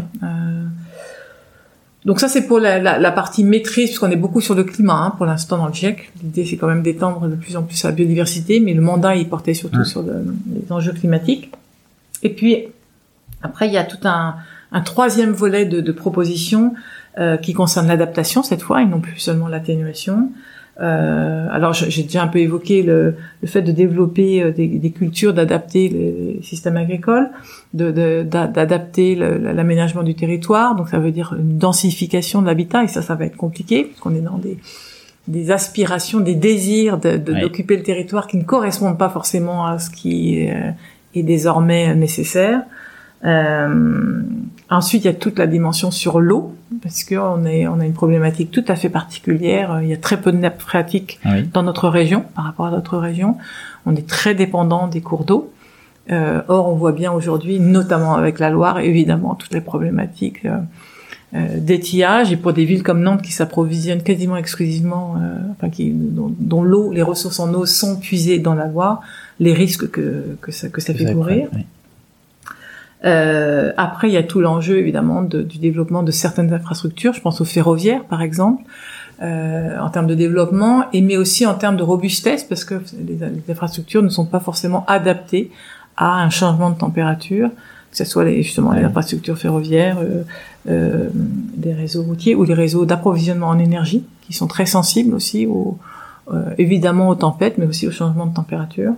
Donc ça, c'est pour la partie maîtrise, puisqu'on est beaucoup sur le climat pour l'instant dans le GIEC. L'idée, c'est quand même d'étendre de plus en plus la biodiversité, mais le mandat, il portait surtout sur les enjeux climatiques. Et puis après, il y a tout un troisième volet de propositions qui concerne l'adaptation cette fois et non plus seulement l'atténuation. Alors j'ai déjà un peu évoqué le fait de développer des cultures, d'adapter les systèmes agricoles, d'adapter l'aménagement du territoire. Donc ça veut dire une densification de l'habitat et ça va être compliqué parce qu'on est dans des aspirations, des désirs d'occuper le territoire qui ne correspondent pas forcément à ce qui est désormais nécessaire. Ensuite, il y a toute la dimension sur l'eau, parce que on a une problématique tout à fait particulière. Il y a très peu de nappes phréatiques dans notre région par rapport à d'autres régions. On est très dépendant des cours d'eau. Or, on voit bien aujourd'hui, notamment avec la Loire, évidemment, toutes les problématiques d'étiage. Et pour des villes comme Nantes qui s'approvisionnent quasiment exclusivement, dont l'eau, les ressources en eau sont puisées dans la Loire, les risques que ça fait courir. Après, il y a tout l'enjeu évidemment du développement de certaines infrastructures. Je pense au ferroviaire, par exemple, en termes de développement, mais aussi en termes de robustesse, parce que les infrastructures ne sont pas forcément adaptées à un changement de température, que ce soit les infrastructures ferroviaires, des réseaux routiers ou les réseaux d'approvisionnement en énergie, qui sont très sensibles aussi évidemment aux tempêtes, mais aussi au changement de température.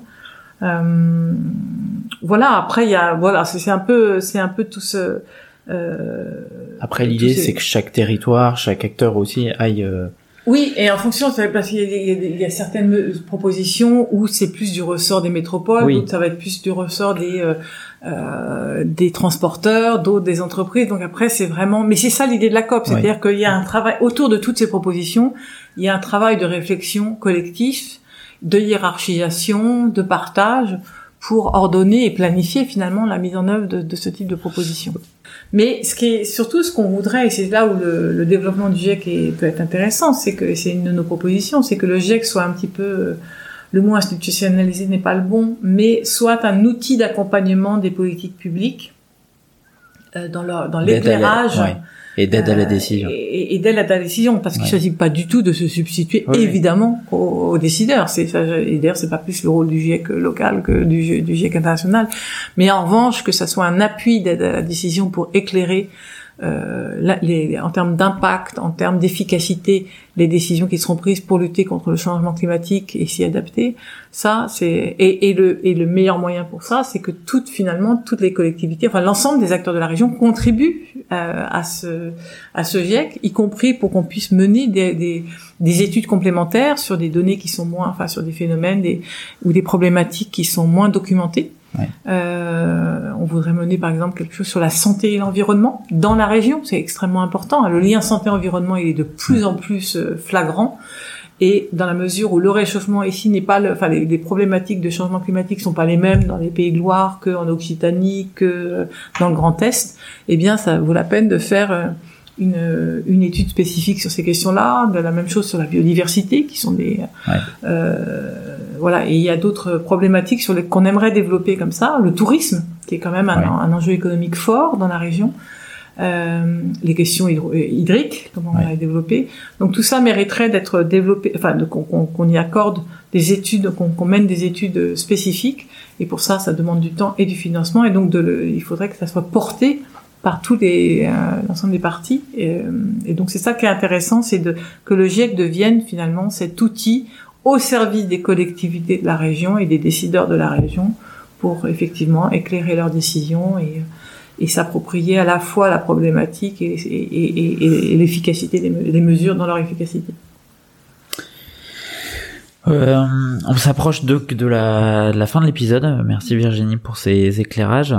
Après c'est un peu tout ce après l'idée c'est que chaque territoire, chaque acteur aussi aille oui, et en fonction, parce qu'il y a certaines propositions où c'est plus du ressort des métropoles, d'autres ça va être plus du ressort des transporteurs, d'autres des entreprises. Donc après, c'est vraiment, mais c'est ça l'idée de la COP, c'est-à-dire qu'il y a un travail autour de toutes ces propositions, il y a un travail de réflexion collectif, de hiérarchisation, de partage, pour ordonner et planifier finalement la mise en œuvre de ce type de propositions. Mais ce qu'on voudrait, et c'est là où le développement du GIEC peut être intéressant, c'est une de nos propositions, c'est que le GIEC soit un petit peu, le mot institutionnalisé n'est pas le bon, mais soit un outil d'accompagnement des politiques publiques dans l'éclairage. Et d'aide à la décision. Et d'aide à la décision, parce qu'il ne s'agit pas du tout de se substituer, évidemment, aux décideurs. Et d'ailleurs, c'est pas plus le rôle du GIEC local que du GIEC international. Mais en revanche, que ça soit un appui d'aide à la décision pour éclairer, en termes d'impact, en termes d'efficacité, les décisions qui seront prises pour lutter contre le changement climatique et s'y adapter. Ça, et le meilleur moyen pour ça, c'est que toutes les collectivités, enfin l'ensemble des acteurs de la région contribuent à ce GIEC, y compris pour qu'on puisse mener des études complémentaires sur des données qui sont sur des phénomènes ou des problématiques qui sont moins documentées. On voudrait mener par exemple quelque chose sur la santé et l'environnement dans la région, c'est extrêmement important. Le lien santé-environnement, il est de plus en plus flagrant, et dans la mesure où le réchauffement ici n'est pas les problématiques de changement climatique sont pas les mêmes dans les Pays de Loire que en Occitanie, que dans le Grand Est, eh bien ça vaut la peine de faire une étude spécifique sur ces questions-là, de la même chose sur la biodiversité, qui sont et il y a d'autres problématiques qu'on aimerait développer comme ça, le tourisme, qui est quand même un enjeu économique fort dans la région, les questions hydriques, comment on va les développer. Donc tout ça mériterait d'être développé, qu'on y accorde des études, qu'on mène des études spécifiques, et pour ça demande du temps et du financement, et donc il faudrait que ça soit porté par tous l'ensemble des parties, et donc c'est ça qui est intéressant, c'est que le GIEC devienne finalement cet outil au service des collectivités de la région et des décideurs de la région pour effectivement éclairer leurs décisions et s'approprier à la fois la problématique et l'efficacité des mesures dans leur efficacité. On s'approche donc de la fin de l'épisode. Merci Virginie pour ces éclairages.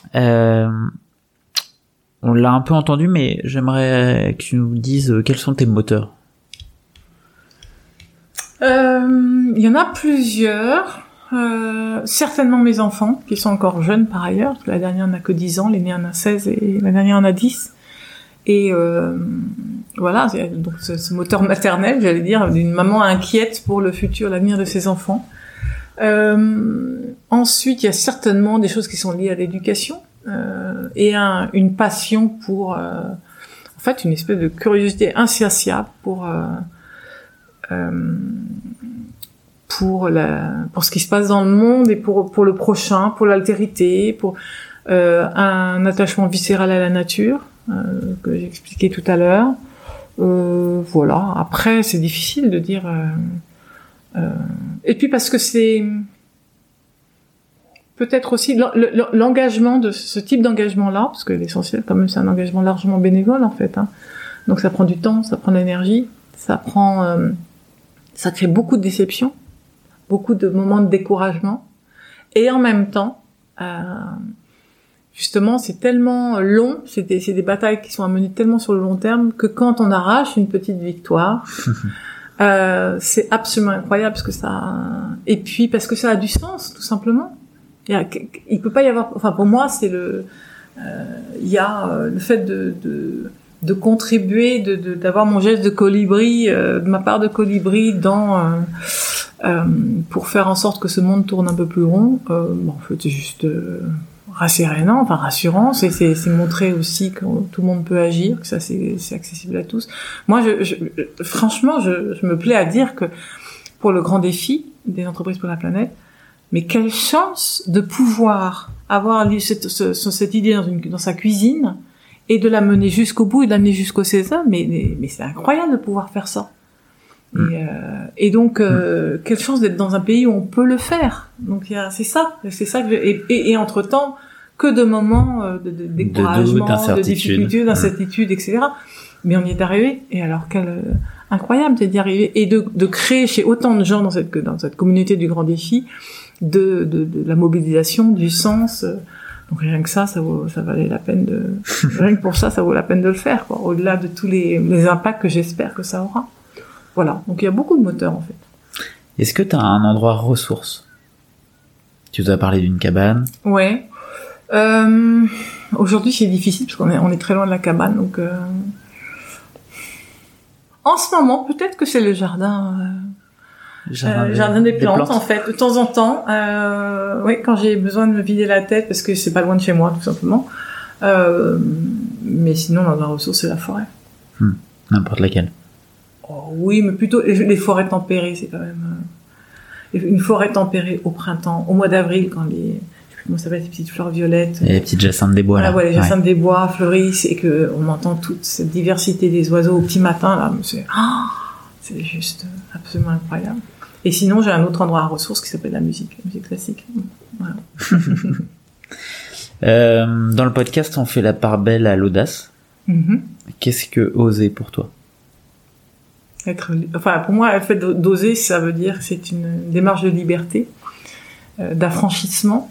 On l'a un peu entendu, mais j'aimerais que tu nous dises quels sont tes moteurs. Il y en a plusieurs. Certainement mes enfants, qui sont encore jeunes par ailleurs, parce que la dernière n'a que 10 ans, l'aînée en a 16 et la dernière en a 10. Et donc ce moteur maternel, j'allais dire, d'une maman inquiète pour le futur, l'avenir de ses enfants. Ensuite, il y a certainement des choses qui sont liées à l'éducation, et une passion pour, une espèce de curiosité insatiable pour ce qui se passe dans le monde et pour le prochain, pour l'altérité, pour un attachement viscéral à la nature, que j'ai expliqué tout à l'heure. Voilà. Après, c'est difficile de dire. Et puis parce que c'est peut-être aussi l'engagement de ce type d'engagement-là, parce que l'essentiel, quand même, c'est un engagement largement bénévole en fait. Hein. Donc ça prend du temps, ça prend de l'énergie, ça crée beaucoup de déceptions, beaucoup de moments de découragement, et en même temps, justement, c'est tellement long, c'est des batailles qui sont à mener tellement sur le long terme que quand on arrache une petite victoire, c'est absolument incroyable parce que et puis parce que ça a du sens, tout simplement. Il peut pas y avoir, enfin pour moi c'est il y a le fait de contribuer, d'avoir mon geste de colibri, de ma part de colibri pour faire en sorte que ce monde tourne un peu plus rond. En fait c'est juste rassurant, c'est montrer aussi que tout le monde peut agir, que ça c'est accessible à tous. Moi franchement je me plais à dire que pour le grand défi des entreprises pour la planète, mais quelle chance de pouvoir avoir cette idée dans sa cuisine et de la mener jusqu'au bout et de l'amener jusqu'au César, mais c'est incroyable de pouvoir faire ça. Et donc quelle chance d'être dans un pays où on peut le faire. Donc c'est ça que et entre-temps que de moments de découragement, de difficultés, d'incertitude, etc. Mais on y est arrivé. Et alors incroyable d'y arriver et de créer chez autant de gens dans cette communauté du grand défi de la mobilisation, du sens. Donc rien que ça valait la peine rien que pour ça vaut la peine de le faire, quoi. Au-delà de tous les impacts que j'espère que ça aura. Voilà. Donc il y a beaucoup de moteurs en fait. Est-ce que tu as un endroit ressource? Tu nous as parlé d'une cabane. Ouais. Aujourd'hui c'est difficile parce qu'on est très loin de la cabane, donc en ce moment peut-être que c'est le jardin des plantes en fait, de temps en temps. Oui, quand j'ai besoin de me vider la tête parce que c'est pas loin de chez moi tout simplement. Mais sinon l'endroit ressource c'est la forêt. N'importe laquelle. Oh, oui, mais plutôt les forêts tempérées, c'est quand même une forêt tempérée au printemps, au mois d'avril, quand comment ça s'appelle, ces petites fleurs violettes, et les petites jacinthes des bois. Voilà, les jacinthes des bois fleurissent et que on entend toute cette diversité des oiseaux au petit matin là, c'est juste absolument incroyable. Et sinon, j'ai un autre endroit à ressources qui s'appelle la musique classique. Voilà. Dans le podcast, on fait la part belle à l'audace. Qu'est-ce que oser pour toi? Pour moi, le fait d'oser, ça veut dire que c'est une démarche de liberté, d'affranchissement,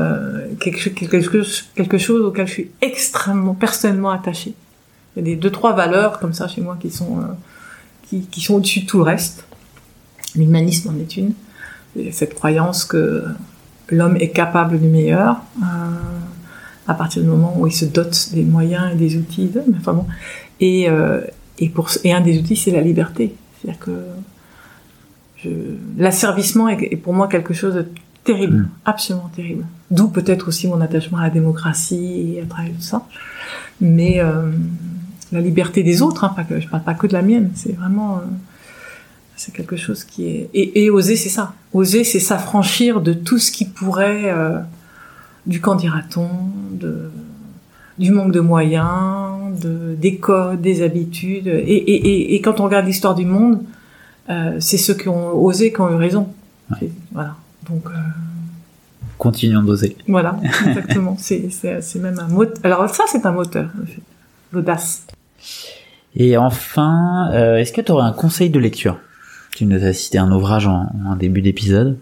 quelque chose auquel je suis extrêmement personnellement attachée. Il y a des 2-3 valeurs comme ça chez moi qui sont au-dessus de tout le reste. L'humanisme en est une. Et cette croyance que l'homme est capable du meilleur à partir du moment où il se dote des moyens et des outils. Enfin bon. Et un des outils, c'est la liberté. C'est-à-dire que l'asservissement est pour moi quelque chose de terrible, absolument terrible. D'où peut-être aussi mon attachement à la démocratie et à travers tout ça. Mais la liberté des autres, je parle pas que de la mienne. C'est vraiment, c'est quelque chose qui est et oser, c'est ça. Oser, c'est s'affranchir de tout ce qui pourrait du qu'en dira-t-on, du manque de moyens, des codes, des habitudes. Et quand on regarde l'histoire du monde, c'est ceux qui ont osé qui ont eu raison. Ouais. Voilà. Donc continuons d'oser. Voilà, exactement. c'est même un moteur. Alors ça, c'est un moteur, en fait. L'audace. Et enfin, est-ce que tu aurais un conseil de lecture? Tu nous as cité un ouvrage en début d'épisode.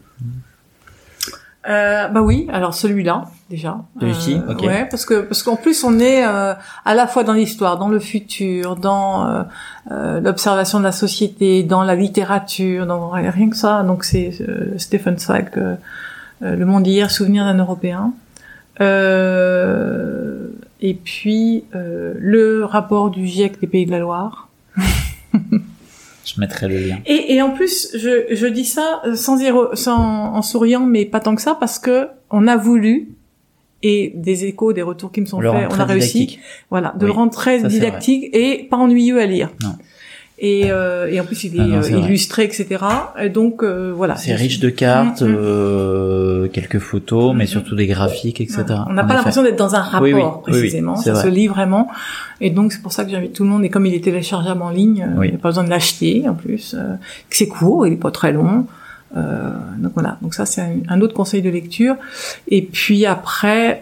Bah oui, alors celui-là déjà. Celui-ci, ok. Ouais, parce qu'en plus on est à la fois dans l'histoire, dans le futur, dans l'observation de la société, dans la littérature, dans rien que ça. Donc c'est Stefan Zweig, Le Monde d'hier, souvenir d'un Européen. Et puis le rapport du GIEC des Pays de la Loire. Je mettrai le lien. Et en plus, je dis ça en souriant, mais pas tant que ça, parce que on a voulu, et des échos, des retours qui me sont faits, on a réussi, voilà, de le rendre très didactique et pas ennuyeux à lire. Non. Et en plus il est illustré, etc. Et donc voilà. C'est riche de cartes, quelques photos, mais surtout des graphiques, etc. Ouais. On n'a pas l'impression d'être dans un rapport précisément. Ça se lit vraiment. Et donc c'est pour ça que j'invite tout le monde. Et comme il est téléchargeable en ligne, il n'y a pas besoin de l'acheter en plus. Que c'est court, il est pas très long. Donc voilà. Donc ça c'est un autre conseil de lecture. Et puis après,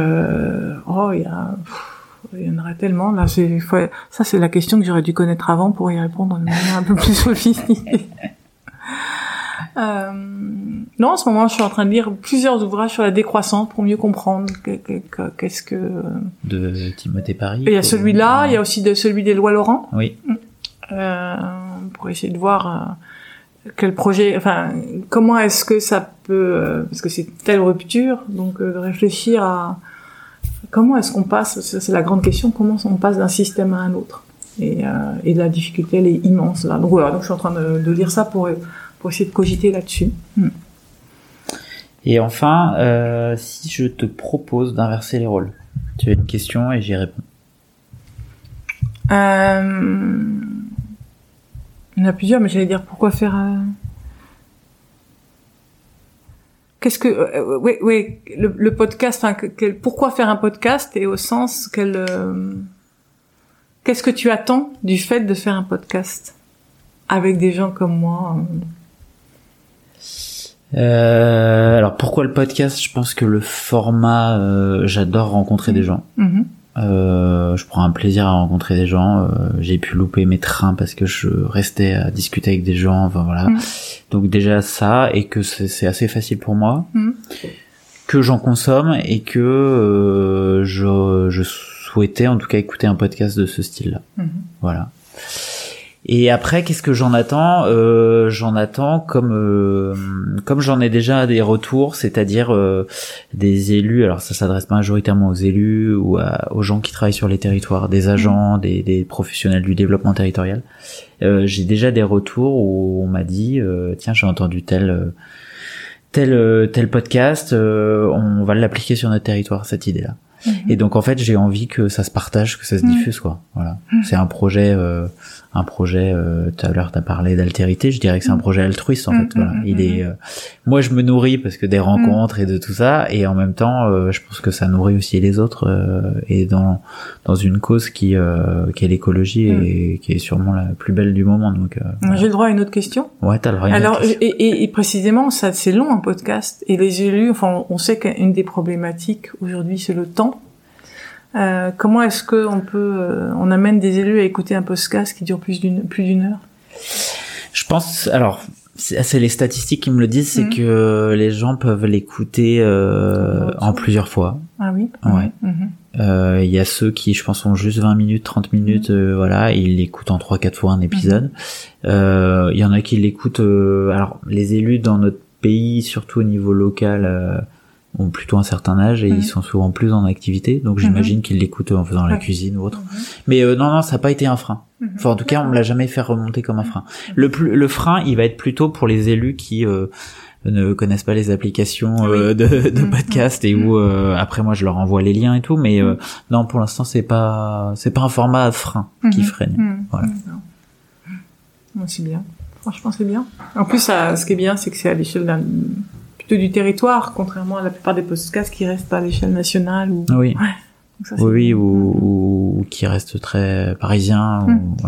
il y en aurait tellement. Là, ça, c'est la question que j'aurais dû connaître avant pour y répondre de manière un peu plus sophistiquée. Non, en ce moment, je suis en train de lire plusieurs ouvrages sur la décroissance pour mieux comprendre qu'est-ce que... De Timothée Paris. Il y a celui-là, il y a aussi celui d'Éloi Laurent. Oui. Pour essayer de voir quel projet... Enfin, comment est-ce que ça peut... parce que c'est telle rupture, donc de réfléchir à... Comment est-ce qu'on passe, c'est la grande question, comment on passe d'un système à un autre. Et la difficulté, elle est immense là. Donc voilà, donc je suis en train de lire ça pour essayer de cogiter là-dessus. Et enfin, si je te propose d'inverser les rôles, tu as une question et j'y réponds. Il y en a plusieurs, mais j'allais dire pourquoi faire... Qu'est-ce que le podcast, enfin pourquoi faire un podcast, et au sens qu'est-ce que tu attends du fait de faire un podcast avec des gens comme moi? Alors pourquoi le podcast? Je pense que le format, j'adore rencontrer des gens. Je prends un plaisir à rencontrer des gens. J'ai pu louper mes trains parce que je restais à discuter avec des gens. Enfin voilà. Donc déjà ça, et que c'est assez facile pour moi, que j'en consomme, et que je souhaitais en tout cas écouter un podcast de ce style-là. Voilà. Et après, qu'est-ce que j'en attends? J'en attends comme j'en ai déjà des retours, c'est-à-dire des élus. Alors ça s'adresse majoritairement aux élus ou aux gens qui travaillent sur les territoires, des agents, des professionnels du développement territorial. J'ai déjà des retours où on m'a dit tiens, j'ai entendu tel podcast, on va l'appliquer sur notre territoire, cette idée-là. Et donc en fait, j'ai envie que ça se partage, que ça se diffuse, quoi. Voilà. C'est un projet. Tout à l'heure, t'as parlé d'altérité. Je dirais que c'est un projet altruiste, en fait. Voilà. Il est. Moi, je me nourris parce que des rencontres et de tout ça, et en même temps, je pense que ça nourrit aussi les autres, et dans une cause qui est l'écologie, et qui est sûrement la plus belle du moment. Donc. J'ai le droit à une autre question. Ouais, t'as le droit à une autre question. Et précisément, ça, c'est long, un podcast. Et les élus, enfin, on sait qu'une des problématiques aujourd'hui, c'est le temps. Comment est-ce que on amène des élus à écouter un podcast qui dure plus d'une heure? Je pense, alors, c'est les statistiques qui me le disent, c'est que les gens peuvent l'écouter en plusieurs fois. Ah oui. Ouais. Il y a ceux qui, je pense, ont juste 20 minutes, 30 minutes, voilà, ils l'écoutent en 3-4 fois un épisode. Il y en a qui l'écoutent, alors, les élus dans notre pays, surtout au niveau local, ont plutôt un certain âge, et ils sont souvent plus en activité, donc j'imagine qu'ils l'écoutent en faisant la cuisine ou autre. Mais non, ça n'a pas été un frein. Enfin, en tout cas, on me l'a jamais fait remonter comme un frein. Le frein, il va être plutôt pour les élus qui ne connaissent pas les applications de podcast, et où après moi je leur envoie les liens et tout, mais non, pour l'instant c'est pas un format frein qui freine. Voilà. C'est bien. Franchement, c'est bien. En plus, ce qui est bien, c'est que c'est à l'échelle du territoire, contrairement à la plupart des podcasts qui restent à l'échelle nationale. Ou... Oui. Ouais. Donc ça, oui, ou qui restent très parisiens.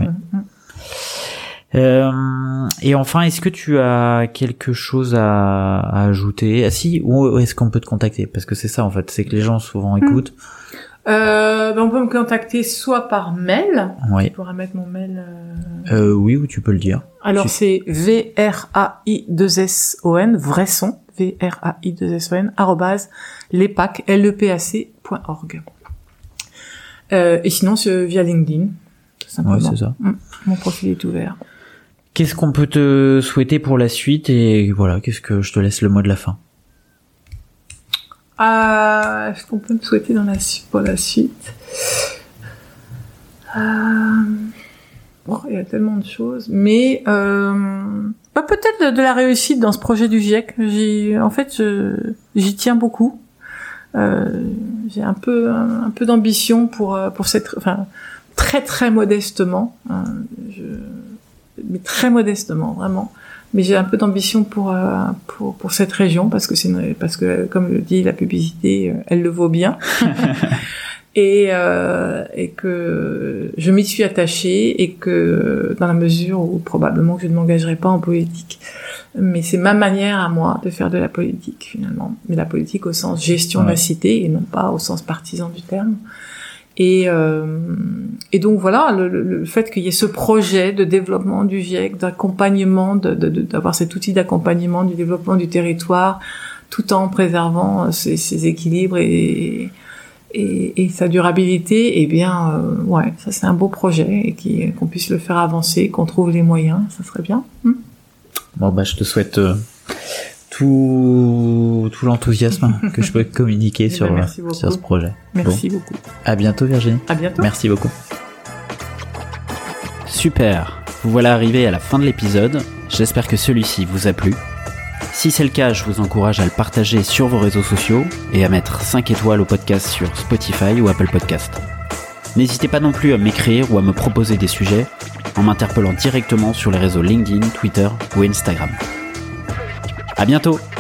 Et enfin, est-ce que tu as quelque chose à ajouter? Ah si, où est-ce qu'on peut te contacter? Parce que c'est ça, en fait, c'est que les gens souvent écoutent. On peut me contacter soit par mail. Oui. Tu pourras mettre mon mail. Oui, ou tu peux le dire. Alors c'est VRAI2SON, vrai son, VRAI2SON, @lepac, lepac.org. Et sinon, c'est via LinkedIn, tout simplement. Ouais, c'est ça. Mon profil est ouvert. Qu'est-ce qu'on peut te souhaiter pour la suite? Et voilà, qu'est-ce que je te laisse le mot de la fin? Est-ce qu'on peut me souhaiter pour la suite? Il y a tellement de choses, mais peut-être de la réussite dans ce projet du GIEC. J'y tiens beaucoup. J'ai un peu d'ambition pour cette, enfin, très très modestement. mais très modestement, vraiment. Mais j'ai un peu d'ambition pour cette région parce que comme le dit la publicité, elle le vaut bien. et que je m'y suis attachée et que dans la mesure où probablement que je ne m'engagerai pas en politique, mais c'est ma manière à moi de faire de la politique finalement, mais la politique au sens gestion de la cité et non pas au sens partisan du terme. Et donc voilà, le fait qu'il y ait ce projet de développement du GIEC, d'accompagnement, d'avoir cet outil d'accompagnement du développement du territoire, tout en préservant ses équilibres et sa durabilité, eh bien, ça c'est un beau projet et qu'on puisse le faire avancer, qu'on trouve les moyens, ça serait bien. Bon, je te souhaite tout l'enthousiasme que je peux communiquer sur ce projet. Merci beaucoup. À bientôt Virginie. À bientôt. Merci beaucoup. Super. Vous voilà arrivé à la fin de l'épisode. J'espère que celui-ci vous a plu. Si c'est le cas, je vous encourage à le partager sur vos réseaux sociaux et à mettre 5 étoiles au podcast sur Spotify ou Apple Podcast. N'hésitez pas non plus à m'écrire ou à me proposer des sujets en m'interpellant directement sur les réseaux LinkedIn, Twitter ou Instagram. À bientôt!